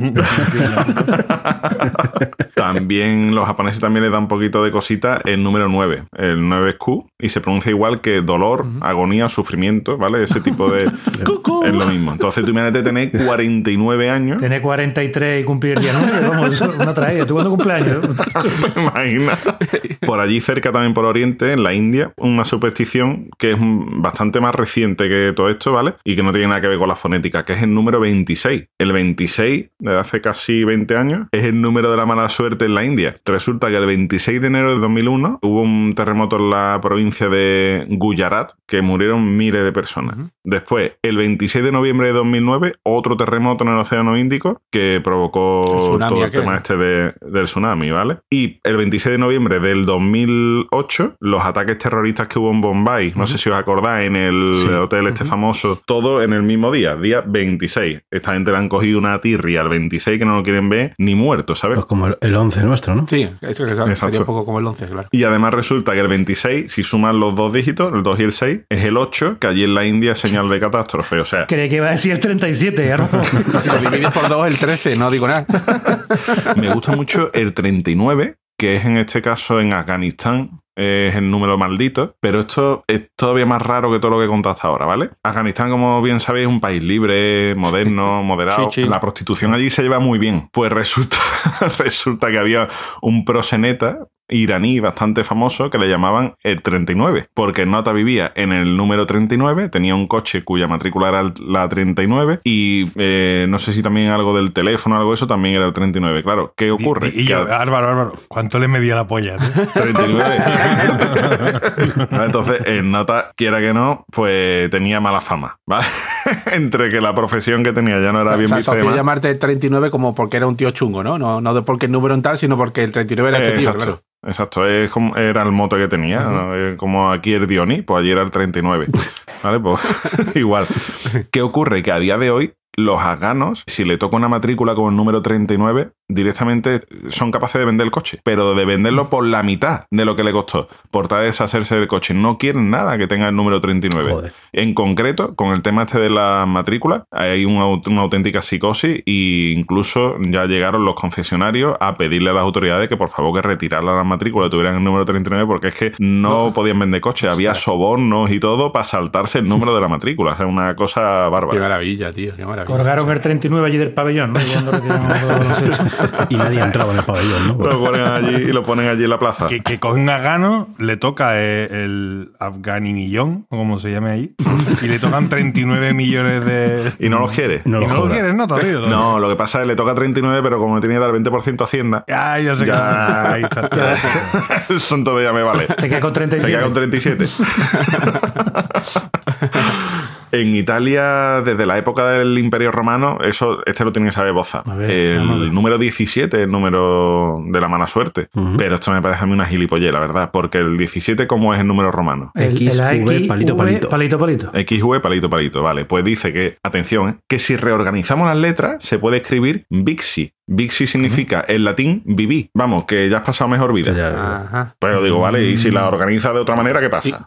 También los japoneses también les dan un poquito de cosita el número 9. El 9 es Q y se pronuncia igual que dolor, agonía, sufrimiento, ¿vale? Ese tipo de... es lo mismo. Entonces tú imagínate tener 49 años. Tiene 43 y cumplir el día 9. Vamos, eso es una tragedia. ¿Tú cuándo cumpleaños? ¿Te imaginas? Por allí cerca, también por Oriente, en la India, una superstición que es bastante más reciente que todo esto, ¿vale? Y que no tiene nada que ver con la fonética, que es el número 26. El 26, desde hace casi 20 años, es el número de la mala suerte en la India. Resulta que el 26 de enero de 2001 hubo un terremoto en la provincia de Gujarat que murieron miles de personas. Después, el 26 de noviembre de 2009, otro terremoto en el Océano Índico que provocó todo el tema del tsunami, ¿vale? Y el 26 de noviembre del 2008, los ataques terroristas que hubo en Bombay, no sé si os acordáis, en el hotel famoso, todo en el mismo día 26. Esta gente le han cogido una tirria al 26 que no lo quieren ver ni muerto, ¿sabes? Pues como el 11 nuestro, ¿no? Sí, eso sería un poco como el 11, claro. Y además resulta que el 26, si suman los dos dígitos, el 2 y el 6, es el 8, que allí en la India es señal de catástrofe, o sea... Creí que iba a decir el 37, ¿no? Si lo divides por 2, el 13, no digo nada. Me gusta mucho el 39, que es en este caso en Afganistán. Es el número maldito, pero esto es todavía más raro que todo lo que he contado hasta ahora, ¿vale? Afganistán, como bien sabéis, es un país libre, moderno, moderado. Sí. La prostitución allí se lleva muy bien. Pues resulta que había un proxeneta iraní bastante famoso que le llamaban el 39, porque el nota vivía en el número 39, tenía un coche cuya matrícula era la 39 y no sé si también algo del teléfono o algo de eso también era el 39. Claro, ¿qué ocurre? Y yo, Álvaro, ¿cuánto le medía la polla? 39. Entonces, el nota, quiera que no, pues tenía mala fama, ¿vale? entre que la profesión que tenía ya no era bien vista. Asoció llamarte el 39 como porque era un tío chungo, ¿no? No de porque el número en tal, sino porque el 39 era este tío, claro. Exacto, es como, era el moto que tenía, ¿no? Como aquí el Dioni, pues allí era el 39. ¿Vale? Pues igual. ¿Qué ocurre? Que a día de hoy los afganos, si le toca una matrícula con el número 39, directamente son capaces de vender el coche, pero de venderlo por la mitad de lo que le costó, por tal de deshacerse del coche. No quieren nada que tenga el número 39. Joder. En concreto, con el tema este de la matrícula, hay una auténtica psicosis e incluso ya llegaron los concesionarios a pedirle a las autoridades que por favor que retiraran la matrícula y tuvieran el número 39 porque es que no podían vender coches. Había sobornos y todo para saltarse el número de la matrícula. O sea, una cosa bárbara. Qué maravilla, tío, qué maravilla. Colgaron el 39 allí del pabellón, ¿no? Y nadie entraba en el pabellón, ¿no? Lo ponen allí en la plaza. Que con un afgano le toca el afganimillón, o como se llame ahí, y le tocan 39 millones de... Y no los quiere. No lo quieres, ¿no? Todavía. No, lo que pasa es que le toca 39, pero como tenía que dar 20% Hacienda... Ah, yo sé ya, ahí está. Son todo ya me vale. Se queda con 37. Se queda con 37. En Italia, desde la época del Imperio Romano, este lo tiene que saber Boza. El número 17 es el número de la mala suerte. Pero esto me parece a mí una gilipollez, la verdad. Porque el 17, ¿cómo es el número romano? XV, palito, palito. XV, palito, palito. Vale, pues dice que, atención, que si reorganizamos las letras, se puede escribir Vixi. Vixi significa en latín viví. Vamos, que ya has pasado mejor vida. Ajá. Pero digo, vale, y si la organiza de otra manera, ¿qué pasa?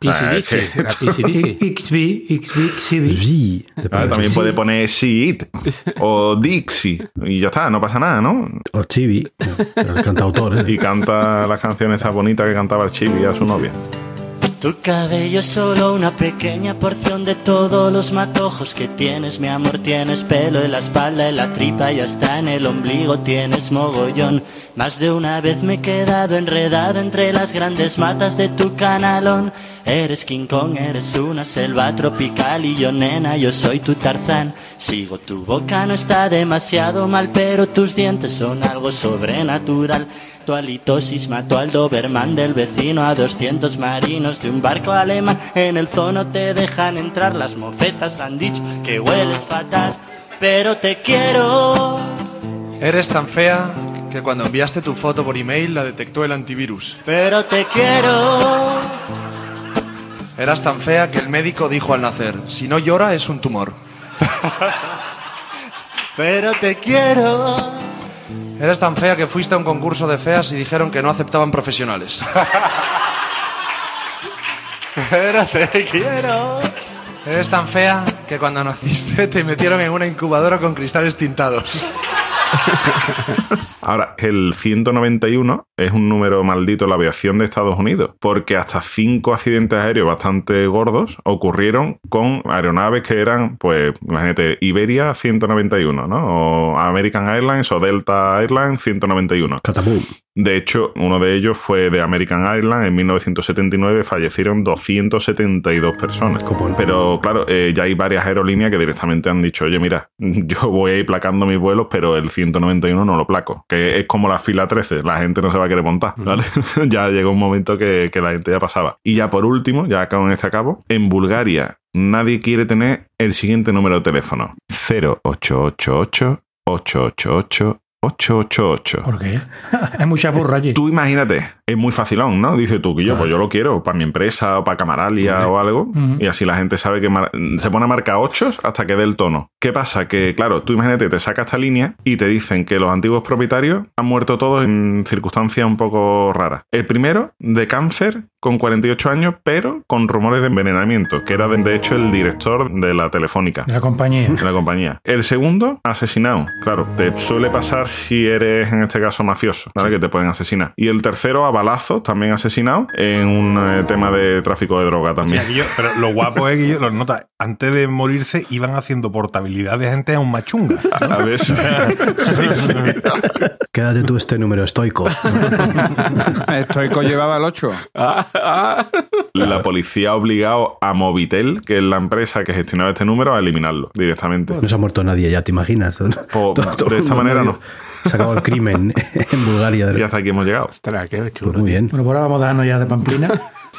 También puede poner Siit o Dixie y ya está, no pasa nada, ¿no? O Chibi, el cantautor. Y canta las canciones tan bonitas que cantaba el Chibi a su novia. Tu cabello es solo una pequeña porción de todos los matojos que tienes, mi amor. Tienes pelo en la espalda, en la tripa y hasta en el ombligo tienes mogollón. Más de una vez me he quedado enredado entre las grandes matas de tu canalón. Eres King Kong, eres una selva tropical y yo, nena, yo soy tu Tarzán. Sigo tu boca, no está demasiado mal, pero tus dientes son algo sobrenatural. Tu halitosis mató al Doberman del vecino, a 200 marinos de un barco alemán. En el zoo no te dejan entrar, las mofetas han dicho que hueles fatal, pero te quiero. Eres tan fea que cuando enviaste tu foto por email la detectó el antivirus. Pero te quiero. Eras tan fea que el médico dijo al nacer, si no llora es un tumor. Pero te quiero. Eres tan fea que fuiste a un concurso de feas y dijeron que no aceptaban profesionales. Pero te quiero. Eres tan fea que cuando naciste te metieron en una incubadora con cristales tintados. Ahora, el 191 es un número maldito en la aviación de Estados Unidos, porque hasta 5 accidentes aéreos bastante gordos ocurrieron con aeronaves que eran, pues, imagínate, Iberia 191, ¿no? O American Airlines o Delta Airlines 191. Catapum. De hecho, uno de ellos fue de American Airlines. En 1979 fallecieron 272 personas. Pero claro, ya hay varias aerolíneas que directamente han dicho, oye, mira, yo voy a ir placando mis vuelos, pero el 191 no lo placo. Que es como la fila 13, la gente no se va a querer montar, ¿vale? Ya llegó un momento que la gente ya pasaba. Y ya por último, ya con este a cabo, en Bulgaria nadie quiere tener el siguiente número de teléfono: 0888 888 888. ¿Por qué? Hay mucha burra allí. Tú imagínate, es muy facilón, ¿no? Dices tú, que yo, pues yo lo quiero para mi empresa o para Camaralia o algo, y así la gente sabe que se pone a marcar 8 hasta que dé el tono. ¿Qué pasa? Que, claro, tú imagínate, te sacas esta línea y te dicen que los antiguos propietarios han muerto todos en circunstancias un poco raras. El primero, de cáncer, con 48 años, pero con rumores de envenenamiento, que era de hecho el director de la Telefónica. De la compañía. De la compañía. El segundo, asesinado. Claro, te suele pasar si eres, en este caso, mafioso, ¿vale? Que te pueden asesinar. Y el tercero, a balazos, también asesinado, en un tema de tráfico de droga también. Sí, pero lo guapo es que yo los nota, antes de morirse iban haciendo portabilidad de gente aún más chunga, ¿no? A ver, sí. Sí. Quédate tú este número, estoico. Estoico llevaba el 8. La policía ha obligado a Movitel, que es la empresa que gestionaba este número, a eliminarlo directamente. No se ha muerto nadie, ya te imaginas. De esta manera no. Se acabó el crimen en Bulgaria. Y hasta aquí hemos llegado. Ostras, qué chulo. Pues muy bien. Bueno, pues ahora vamos a darnos ya de Pamplina.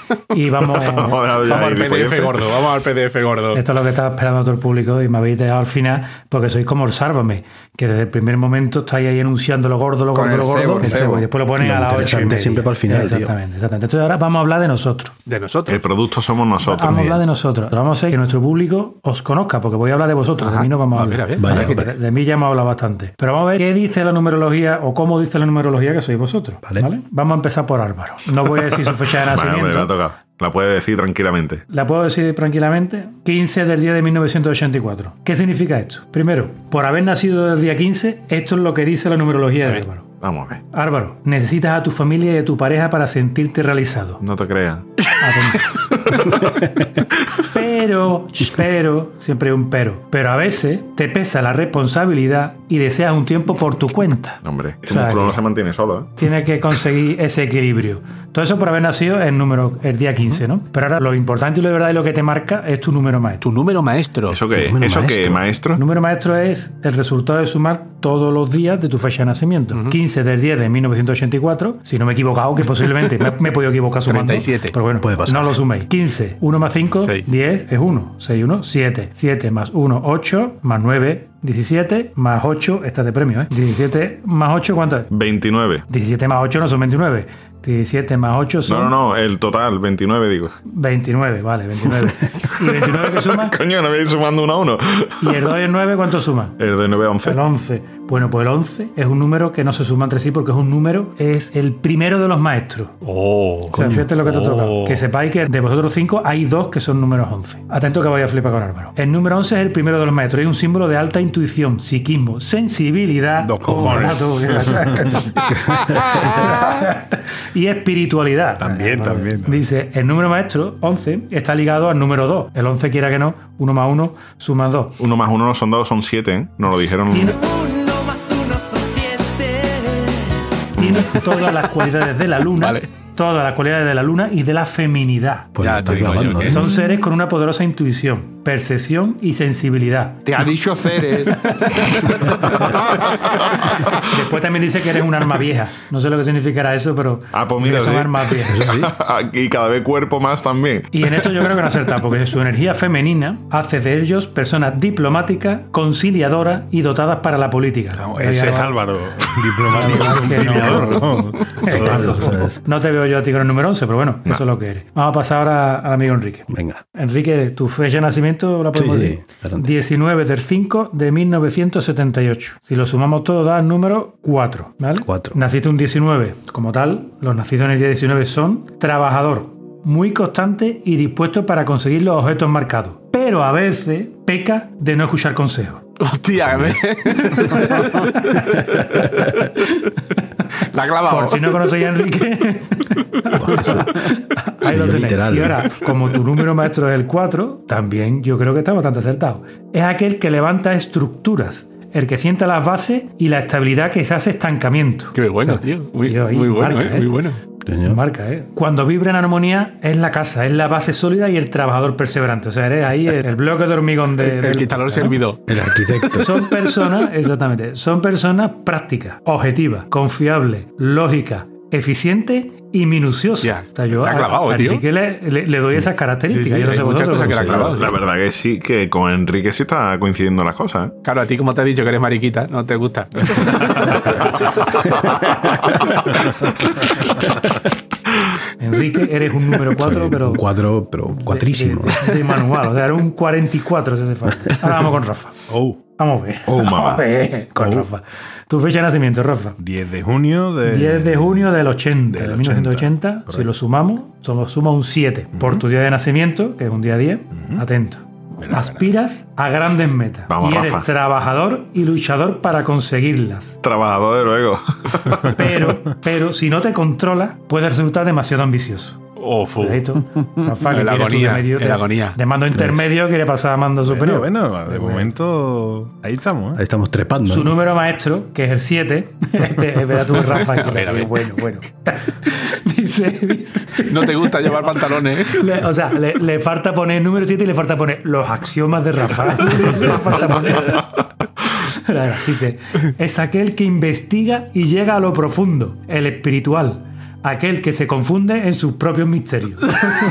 Y vamos al PDF gordo, vamos al PDF gordo. Esto es lo que estaba esperando todo el público y me habéis dejado al final porque sois como el Sálvame, que desde el primer momento estáis ahí anunciando lo gordo, y después lo ponen a las 8:30. Siempre para el final, exactamente. Entonces ahora vamos a hablar de nosotros. El producto somos nosotros. Vamos a hablar de nosotros. Vamos a hacer que nuestro público os conozca, porque voy a hablar de vosotros. De mí no vamos a hablar. De mí ya hemos hablado bastante. Pero vamos a ver qué dice la numerología o cómo dice la numerología que sois vosotros. ¿Vale? Vamos a empezar por Álvaro. No voy a decir su fecha de nacimiento. Bueno, la toca. La puede decir tranquilamente. La puedo decir tranquilamente. 15 del día de 1984. ¿Qué significa esto? Primero, por haber nacido el día 15, esto es lo que dice la numerología de Álvaro. Vamos a ver. Álvaro, necesitas a tu familia y a tu pareja para sentirte realizado. No te creas. Pero, siempre hay un pero a veces te pesa la responsabilidad y deseas un tiempo por tu cuenta. Hombre, este músculo no se mantiene solo, ¿eh? Tienes que conseguir ese equilibrio. Todo eso por haber nacido el día 15, ¿no? Pero ahora lo importante y lo de verdad y lo que te marca es tu número maestro. Tu número maestro. ¿Eso qué? ¿Eso qué, maestro? El número maestro es el resultado de sumar todos los días de tu fecha de nacimiento. 15 del 10 de 1984, si no me he equivocado, que posiblemente me he podido equivocar sumando. 37. Pero bueno, puede pasar. No lo suméis. 15, 1 más 5, 6. 10 es 1. 6, 1, 7. 7 más 1, 8, más 9, 17, más 8, esta es de premio, ¿eh? 17 más 8, ¿cuánto es? 29. 17 más 8 no son 29. 17 más 8 son... No, el total, 29 digo. 29, vale, 29. ¿Y 29 qué suma? Coño, no voy a ir sumando 1 a 1. ¿Y el 2 y el 9 cuánto suma? El de 9 a 11. El 11. Bueno, pues el 11 es un número que no se suma entre sí porque es el primero de los maestros. O sea, fíjate lo que te ha tocado. Que sepáis que de vosotros 5 hay 2 que son números 11. Atento que voy a flipar con Álvaro. El número 11 es el primero de los maestros. Es un símbolo de alta intuición, psiquismo, sensibilidad. Dos cojones. Y espiritualidad. También. Dice, el número maestro, 11, está ligado al número 2. El 11, quiera que no, 1 más 1 suma 2. 1 más 1 no son 2, son 7, ¿eh? Nos lo dijeron. Tiene todas las cualidades de la luna. Vale. Todas las cualidades de la luna y de la feminidad. Pues ya estoy clavando, Son seres con una poderosa intuición, percepción y sensibilidad. Te ha dicho Ceres. Después también dice que eres un arma vieja. No sé lo que significará eso, pero pues mira, son armas viejas. Y cada vez cuerpo más también. Y en esto yo creo que no acerta, porque su energía femenina hace de ellos personas diplomáticas, conciliadoras y dotadas para la política. Ese es Álvaro, diplomático. No te veo yo a ti con el número 11, pero bueno, eso es lo que eres. Vamos a pasar ahora al amigo Enrique. Venga. Enrique, tu fecha de nacimiento la podemos decir. 19 del 5 de 1978. Si lo sumamos todo da el número 4, ¿vale? 4. Naciste un 19. Como tal, los nacidos en el día 19 son trabajador, muy constante y dispuesto para conseguir los objetos marcados. Pero a veces peca de no escuchar consejos. Hostia, la ha clavado. Por si no conocéis a Enrique. Ahí lo tenéis. Literal. Y ahora, como tu número maestro es el 4, también yo creo que está bastante acertado. Es aquel que levanta estructuras, el que sienta las bases y la estabilidad que se hace estancamiento. Qué bueno, tío. Muy bueno, marca, muy bueno. Marca, Cuando vibra en armonía es la casa, es la base sólida y el trabajador perseverante. O sea, eres ahí el bloque de hormigón el instalador servidor. El arquitecto. Son personas prácticas, objetivas, confiables, lógicas, eficientes y minuciosas. Ya, o sea, yo la ha clavado, a Enrique le doy esas características. Sí, yo no sé muchas vosotros, cosas que la ha clavado. La verdad que sí, que con Enrique sí está coincidiendo las cosas, ¿eh? Claro, a ti como te he dicho que eres mariquita, no te gusta. Enrique, eres un número 4, pero... 4, pero cuatrísimo. De manual, o sea, era un 44 si hace falta. Ahora vamos con Rafa. Vamos a ver. Mamá. Con Rafa. Tu fecha de nacimiento, Rafa. 10 de junio de... 10 de junio del 80, de 1980. Correcto. Si lo sumamos, suma un 7. Por tu día de nacimiento, que es un día 10, atento. Aspiras a grandes metas. Vamos, y eres Rafa. trabajador y luchador para conseguirlas. Trabajador, de luego. Pero si no te controlas, puedes resultar demasiado ambicioso. Cuidadito. Rafa, que El tienes tú agonía, de medio, el agonía. de mando intermedio quiere pasar a mando superior. Bueno, de momento ahí estamos, Ahí estamos trepando. Su número maestro, que es el 7, verá tú, Rafa, que A ver. bueno. dice, No te gusta llevar pantalones, ¿eh? le falta poner el número 7 y le falta poner los axiomas de Rafa. Le falta poner. Dice, es aquel que investiga y llega a lo profundo, el espiritual, aquel que se confunde en sus propios misterios.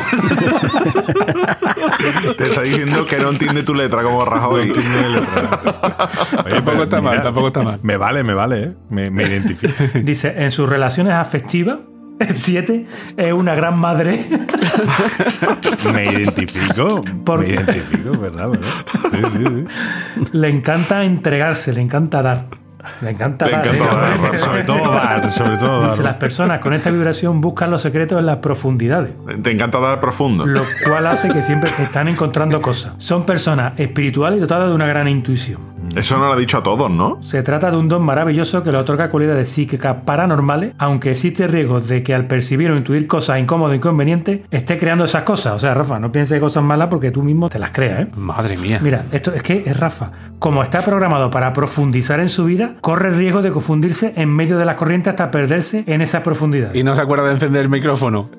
Te está diciendo que no entiende tu letra como Rajoy. Oye, Tampoco está mal, tampoco está mal. Me vale, ¿eh? Me identifico. Dice, en sus relaciones afectivas, el 7 es una gran madre. Me identifico, ¿verdad? Sí. Le encanta entregarse, le encanta dar. Le encanta dar. Sobre todo dar. Dice, las personas con esta vibración buscan los secretos en las profundidades. Te encanta dar profundo. Lo cual hace que siempre están encontrando cosas. Son personas espirituales y dotadas de una gran intuición. Eso no lo ha dicho a todos, ¿no? Se trata de un don maravilloso que le otorga cualidades psíquicas paranormales, aunque existe riesgo de que al percibir o intuir cosas incómodas o inconvenientes esté creando esas cosas. O sea, Rafa, no pienses cosas malas porque tú mismo te las creas, ¿eh? Madre mía. Mira, esto es que es Rafa. Como está programado para profundizar en su vida, corre el riesgo de confundirse en medio de las corrientes hasta perderse en esa profundidad. Y no se acuerda de encender el micrófono.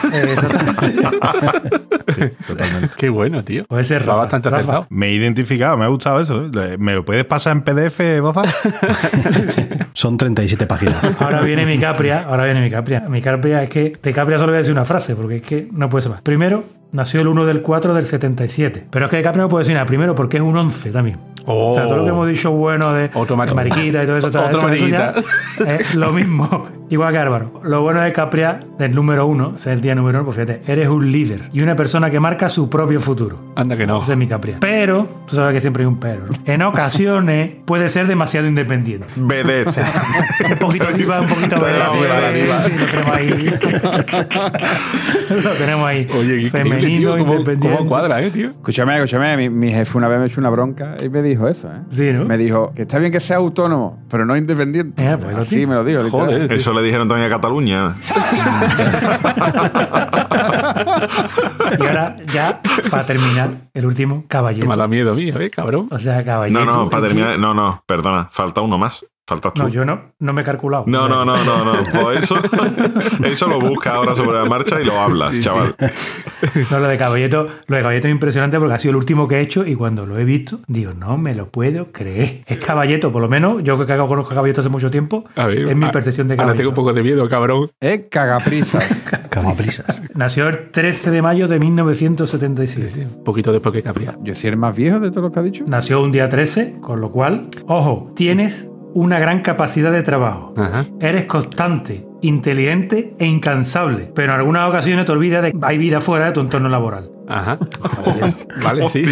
Totalmente. Qué bueno, tío. Puede ser Va Rafa. bastante Rafa. acertado. Me he identificado, me ha gustado eso. ¿Me lo puedes pasar en PDF, Boza? Son 37 páginas. Ahora viene mi Capria. Mi Capria es que de Capria solo voy a decir una frase, porque es que no puede ser más. Primero, nació el 1/4 del 77. Pero es que de Capria no puedo decir nada. Primero, porque es un 11 también. Oh. O sea, todo lo que hemos dicho bueno de mariquita y todo eso. Otro mariquita. Es lo mismo. Igual que Álvaro. Lo bueno de Capria, del número 1, o sea, el día número 1, pues fíjate, eres un líder y una persona que marca su propio futuro. Anda que no. Ese es mi Capria. Pero, tú sabes que siempre hay un pero, ¿no? En ocasiones puede ser demasiado independiente. Vedette. Un poquito arriba, un poquito arriba. Sí, lo tenemos ahí. Lo tenemos ahí. Oye, qué femenino, increíble, tío, independiente. ¿Cómo cuadra, tío? Escúchame. Mi jefe una vez me echó una bronca y me dijo eso, ¿eh? Sí, ¿no? Me dijo que está bien que sea autónomo, pero no independiente. Pues lo Así tiene. me lo dijo. literal. Joder. Eso le dijeron también a Cataluña. Y ahora, ya, para terminar, el último, Qué caballero. mala miedo mío, cabrón. O sea, caballero. No, para terminar. No, perdona. Falta uno más. Faltas tú. No, yo no me he calculado. No, O sea, no. Pues eso lo busca ahora sobre la marcha y lo hablas, Sí, chaval. No, lo de Caballeto es impresionante porque ha sido el último que he hecho y cuando lo he visto, digo, no me lo puedo creer. Es Caballeto, por lo menos, yo que conozco a Caballeto hace mucho tiempo, A ver, es mi percepción de ahora Caballeto. tengo un poco de miedo, cabrón. Cagaprisas. Camaprisas. Nació el 13 de mayo de 1977. Un poquito después que Capria. Yo soy el más viejo de todos los que ha dicho. Nació un día 13, con lo cual, ojo, tienes una gran capacidad de trabajo. Ajá. Eres constante, inteligente e incansable, pero en algunas ocasiones te olvidas de que hay vida fuera de tu entorno laboral. Ajá. Vale, sí.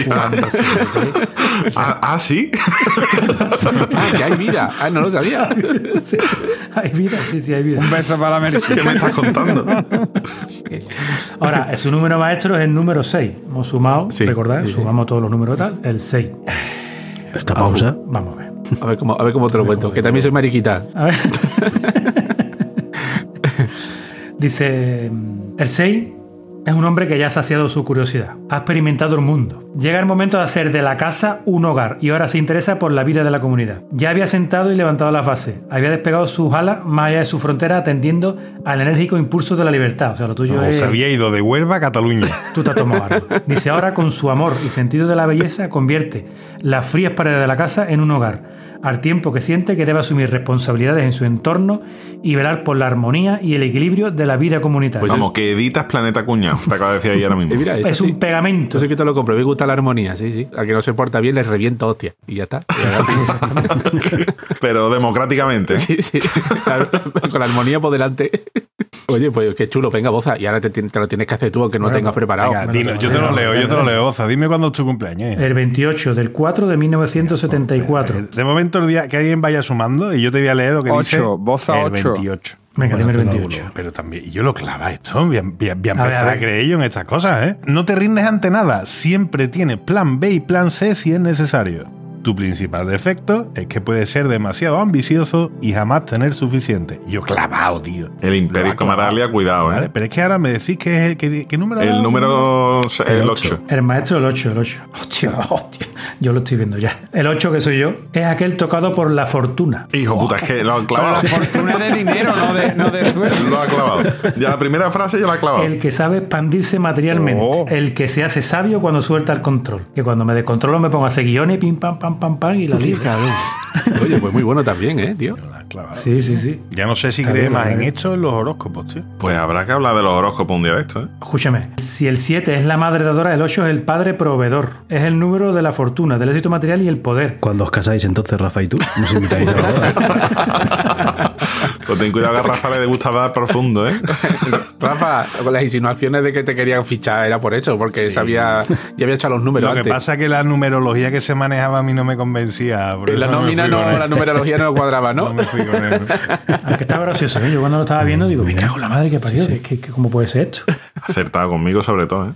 ¿Sí? Que hay vida. No lo sabía. Sí, hay vida, sí, hay vida. Un beso para la Merche. ¿Qué me estás contando? Ahora, su número maestro es el número 6. Hemos sumado, Sí, recordad, sí. sumamos todos los números tal, el 6. Esta pausa. Vamos a ver. A ver cómo te lo cuento. Que también soy mariquita. A ver. Dice, el 6 es un hombre que ya ha saciado su curiosidad, ha experimentado el mundo. Llega el momento de hacer de la casa un hogar y ahora se interesa por la vida de la comunidad. Ya había sentado y levantado las bases, había despegado sus alas más allá de su frontera atendiendo al enérgico impulso de la libertad. O sea, lo tuyo es... Se había ido de Huelva a Cataluña. Tú te has tomado algo. Dice, ahora con su amor y sentido de la belleza convierte las frías paredes de la casa en un hogar, al tiempo que siente que debe asumir responsabilidades en su entorno y velar por la armonía y el equilibrio de la vida comunitaria. Pues vamos, que editas Planeta Cuñado. Te acabo de decir ahí ahora mismo. Mira, eso es sí. un pegamento. Eso sí que te lo compro. Me gusta la armonía, sí. A que no se porta bien le reviento hostia. Y ya está. Pero democráticamente. Sí. Claro, con la armonía por delante. Oye, pues qué chulo. Venga, Boza. Y ahora te lo tienes que hacer tú, aunque no Bueno, tengas preparado. Venga, dilo, yo te lo leo, Oza. Dime cuándo es tu cumpleaños. El 28 del 4 de 1974. De momento, el día que alguien vaya sumando y yo te voy a leer lo que 8, dice Boza el 8. 28. Venga, dime el hacerlo 28. alguno, pero también, y yo lo clava esto, voy a empezar a a ver. creer yo en estas cosas, ¿eh? No te rindes ante nada, siempre tienes plan B y plan C si es necesario. Tu principal defecto es que puedes ser demasiado ambicioso y jamás tener suficiente. Y yo clavado, tío. El Imperio Lo ha clavado. Comaraglia, cuidado, Vale, pero es que ahora me decís que es ¿qué número El era? número... El 8. El maestro, el 8. Hostia. Yo lo estoy viendo ya. El 8, que soy yo, es aquel tocado por la fortuna. Hijo puta, es que lo ha clavado. Fortuna de dinero, no de suerte. Lo ha clavado. Ya la primera frase ya la ha clavado. El que sabe expandirse materialmente. Oh. El que se hace sabio cuando suelta el control. Que cuando me descontrolo me pongo a hacer guiones, pim, pam, pam, pam, pam, y la lío. Oye, pues muy bueno también, tío. clavado. Sí. Ya no sé si crees más en esto o en los horóscopos, tío. Pues habrá que hablar de los horóscopos un día de esto, ¿eh? Escúchame, si el 7 es la madre dadora, el 8 es el padre proveedor. Es el número de la fortuna, del éxito material y el poder. Cuando os casáis, entonces, Rafa y tú, nos invitáis a la boda. Pues ten cuidado que a Rafa le gusta dar profundo, ¿eh? Rafa, con las insinuaciones de que te querían fichar era por eso, porque ya había echado los números Lo que antes. pasa es que la numerología que se manejaba a mí no me convencía. Por Y la eso nómina me fui con él. la numerología no cuadraba, ¿no? No me fui con él. Aunque estaba gracioso, ¿eh? Yo cuando lo estaba viendo digo, me cago en la madre que parió. ¿Cómo puede ser esto? Acertado conmigo sobre todo, ¿eh?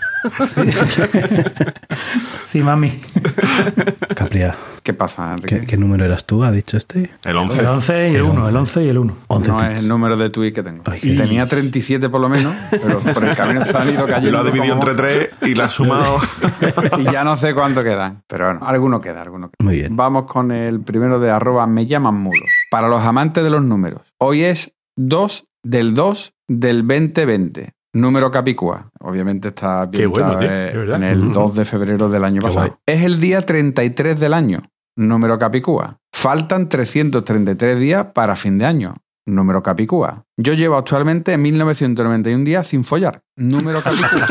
Sí, mami. Capria, ¿Qué pasa, Enrique? ¿qué número eras tú? ¿Ha dicho este? El 11. El 11 y el 1, el 11 y el 1. 11 No tips. es el número de tweet que tengo. Ay, Y tenía 37 por lo menos, pero por el camino se han ido Y cayendo. lo ha dividido como- entre 3 y lo ha sumado. Y ya no sé cuánto quedan. Pero bueno, alguno queda. Muy bien. Vamos con el primero de @ me llaman mulo. Para los amantes de los números, hoy es 2 del 2 del 2020. Número Capicúa. Obviamente está Qué bueno, ambientado, tío, de verdad. en el 2 de febrero del año Qué pasado. guay. Es el día 33 del año. Número Capicúa. Faltan 333 días para fin de año. Número Capicúa. Yo llevo actualmente 1991 días sin follar. Número Capicúa.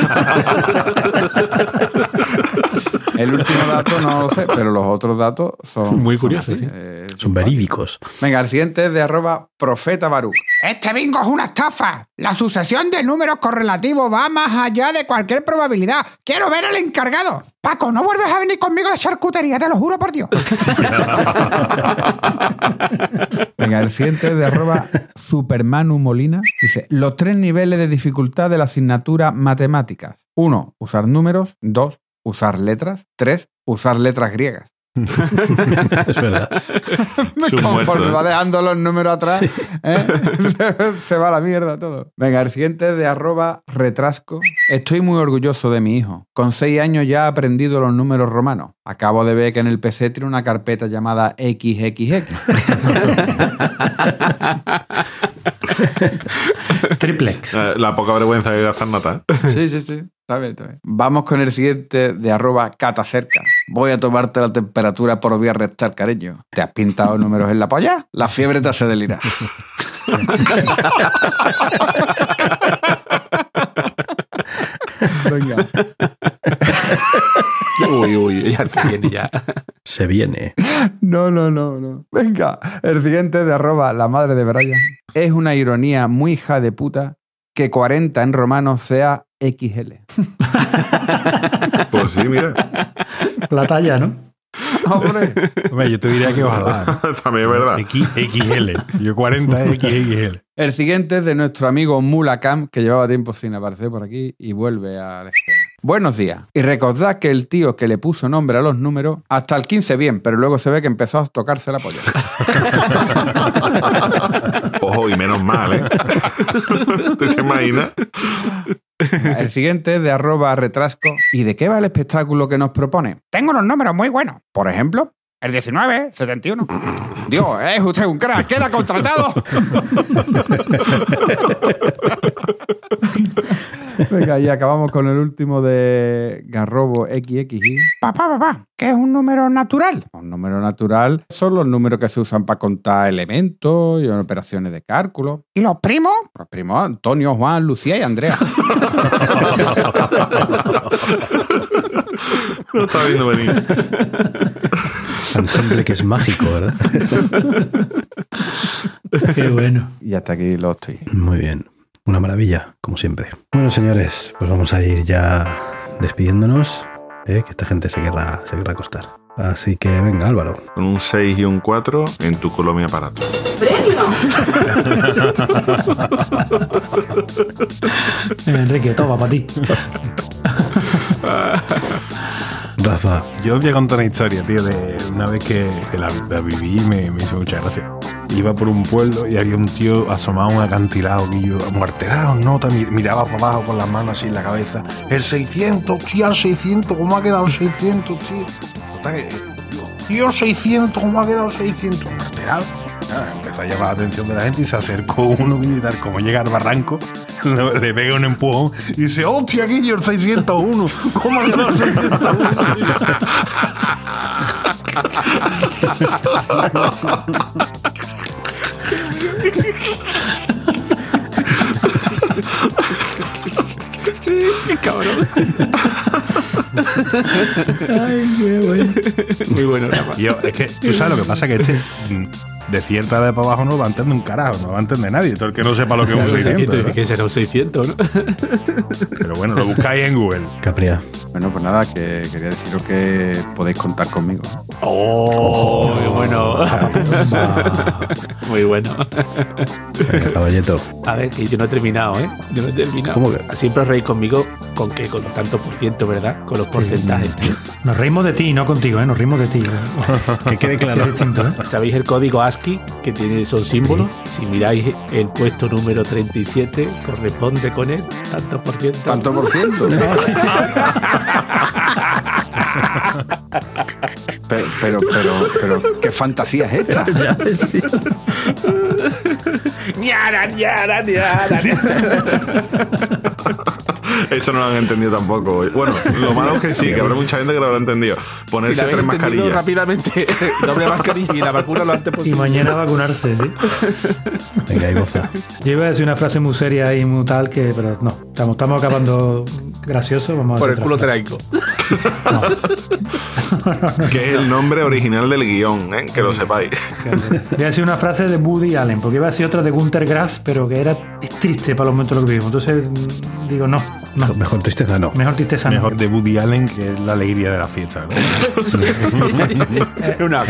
El último dato no lo sé, pero los otros datos son Muy curiosos, así, sí. Son verídicos. Venga, el siguiente es de @profetabaruch. Este bingo es una estafa. La sucesión de números correlativos va más allá de cualquier probabilidad. Quiero ver al encargado. Paco, no vuelves a venir conmigo a la charcutería, te lo juro por Dios. Venga, el siguiente es de @Supermanu Molina. Dice, los 3 niveles de dificultad de la asignatura matemáticas. 1, usar números. 2, usar letras. 3, usar letras griegas. Es verdad. Conforme muerto, va dejando los números atrás, ¿eh? Se va a la mierda todo. Venga, el siguiente es de @retrasco. Estoy muy orgulloso de mi hijo. Con 6 años ya ha aprendido los números romanos. Acabo de ver que en el PC tiene una carpeta llamada XXX. Triplex. La poca vergüenza que gastar nota, ¿eh? Sí. Está bien. Vamos con el siguiente de @catacerca. Voy a tomarte la temperatura por vía rectal, cariño. ¿Te has pintado números en la polla? La fiebre te hace delirar. Venga. Uy, ya te viene ya. Se viene. No. Venga, el siguiente de @la madre de Brian. Es una ironía muy hija de puta que 40 en romano sea XL. Pues sí, mira. La talla, ¿no? Hombre. Hombre, yo te diría que ojalá. También es verdad. XXL. Yo 40 es XXL. El siguiente es de nuestro amigo Mulacam, que llevaba tiempo sin aparecer por aquí y vuelve a la escena. Buenos días. Y recordad que el tío que le puso nombre a los números, hasta el 15 bien, pero luego se ve que empezó a tocarse la polla. Ojo, y menos mal, ¿eh? ¿Te imaginas? El siguiente es de @retrasco. ¿Y de qué va el espectáculo que nos propone? Tengo unos números muy buenos. Por ejemplo, El 19, 71. Dios, es usted un crack, queda contratado. venga, y acabamos con el último de Garrobo XXI. Papá, ¿qué es un número natural? Un número natural son los números que se usan para contar elementos y operaciones de cálculo. ¿Y los primos? Los primos Antonio, Juan, Lucía y Andrea. No estaba viendo venir. Tan simple que es mágico, ¿verdad? Qué bueno. Y hasta aquí lo estoy. Muy bien. Una maravilla, como siempre. Bueno, señores, pues vamos a ir ya despidiéndonos, que esta gente se querrá acostar. Así que venga, Álvaro. Con un 6 y un 4 en tu Colombia aparato. Enrique, toma para ti. Rafa. Yo os voy a contar una historia, tío, de una vez que la viví y me hizo mucha gracia. Iba por un pueblo y había un tío asomado a un acantilado que yo, amuarterado, nota, miraba para abajo con las manos así en la cabeza. El 600, tío, el 600, ¿cómo ha quedado el 600, tío? Tío, el 600, ¿cómo ha quedado el 600? Amuarterado. Empezó a llamar la atención de la gente y se acercó uno militar, como llega al barranco, le pega un empujón y dice, hostia, Guillo, el 601, ¿cómo ha quedado el 601? ¿no? Ay, qué bueno. Muy bueno, Rafa. Yo, es que tú sabes lo que pasa, que de cierta edad para abajo no va a entender un carajo, no va a entender nadie. Todo el que no sepa lo que es un 600. Dice que será un 600, ¿no? Pero bueno, lo buscáis en Google. Capria. Bueno, pues nada, que quería deciros que podéis contar conmigo. Muy bueno. Muy bueno. Venga, caballeto. A ver, que yo no he terminado, ¿eh? Yo no he terminado. ¿Cómo que? Siempre os reís conmigo con tanto por ciento, ¿verdad? Con los porcentajes. Nos reímos de ti, no contigo, ¿eh? Nos reímos de ti. Que quede claro. Es distinto, ¿eh? ¿Sabéis el código ASCII que tiene esos símbolos? Si miráis el puesto número 37, corresponde con él tanto por ciento. ¿Tanto por ciento? pero, ¿qué fantasía es esta? Eso no lo han entendido tampoco. Bueno, lo malo es que sí, que habrá mucha gente que lo habrá entendido. Ponerse Si 3 mascarillas. rápidamente, doble mascarilla y la vacuna lo antes Y posible. mañana vacunarse, ¿sí? Venga, ahí goza. Yo iba a decir una frase muy seria y muy tal, pero no. Estamos acabando gracioso. Vamos a Por hacer el culo otra frase. traico. Que es el nombre original del guión, ¿eh? Que lo sepáis. Voy a decir una frase de Woody Allen, porque iba a decir otra de Gunter Grass, pero que es triste para los momentos en los que vivimos. Entonces digo, no. Mejor tristeza no. Mejor tristeza no. Mejor de Woody Allen, que es la alegría de la fiesta, ¿no? Una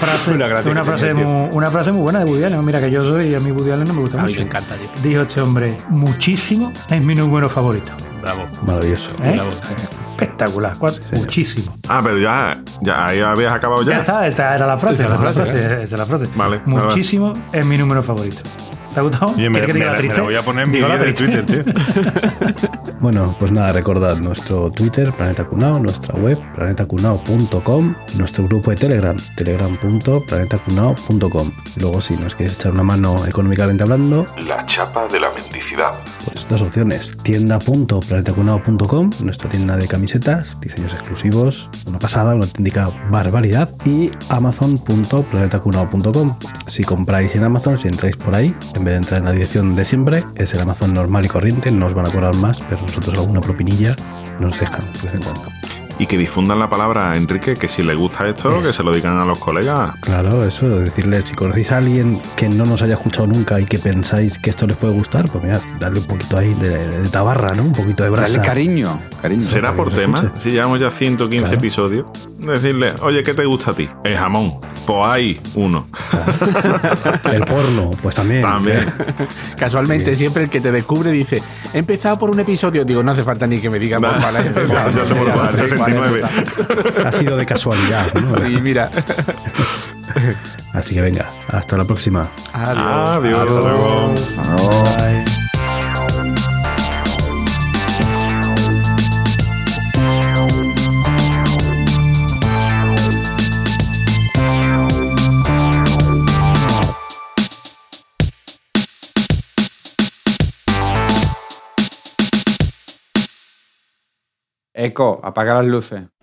frase muy buena de Woody Allen. Mira que yo soy, y a mí Woody Allen no me gusta A mí mucho. me encanta, tío. Dijo este hombre, muchísimo es mi número favorito. Bravo. Maravilloso. ¿Eh? Espectacular. Muchísimo. Ah, pero ya ahí habías acabado Ya ya. está, esta era la frase. Esa es la esa frase, es la frase. Vale, Muchísimo es mi número favorito. ¿Te ha gustado? Oye, me ¿Quieres que diga la triste? lo voy a poner en mi Digo la vídeo de triste. Twitter, tío. Bueno, pues nada, recordad nuestro Twitter, Planeta Cunao, nuestra web, planetacunao.com, y nuestro grupo de Telegram, telegram.planetacunao.com. Y luego, si nos queréis echar una mano económicamente hablando, La chapa de la mendicidad. pues dos opciones. Tienda.planetacunao.com, nuestra tienda de camisetas, diseños exclusivos, una pasada, una auténtica barbaridad. Y amazon.planetacunao.com. Si compráis en Amazon, si entráis por ahí, en vez de entrar en la dirección de siempre, es el Amazon normal y corriente, no os van a cobrar más, pero nosotros alguna propinilla nos dejan de vez en cuando. Y que difundan la palabra, Enrique, que si les gusta esto, que se lo digan a los colegas. Claro, eso, decirles, si conocéis a alguien que no nos haya escuchado nunca y que pensáis que esto les puede gustar, pues mira, darle un poquito ahí de tabarra, ¿no? Un poquito de brasa. Dale cariño. ¿Será por tema? Si llevamos ya 115 Claro. episodios. Decirle, oye, ¿qué te gusta a ti? El jamón. Pues hay uno. El porno, pues también. También. Casualmente, siempre el que te descubre dice, he empezado por un episodio. Digo, no hace falta ni que me digan por cuál he empezado. Ya sé por cuál, sé cuál he 69. empezado. Ha sido de casualidad, ¿no? Sí, mira. Así que venga, hasta la próxima. Adiós. Hasta luego. Bye. Eco, apaga las luces.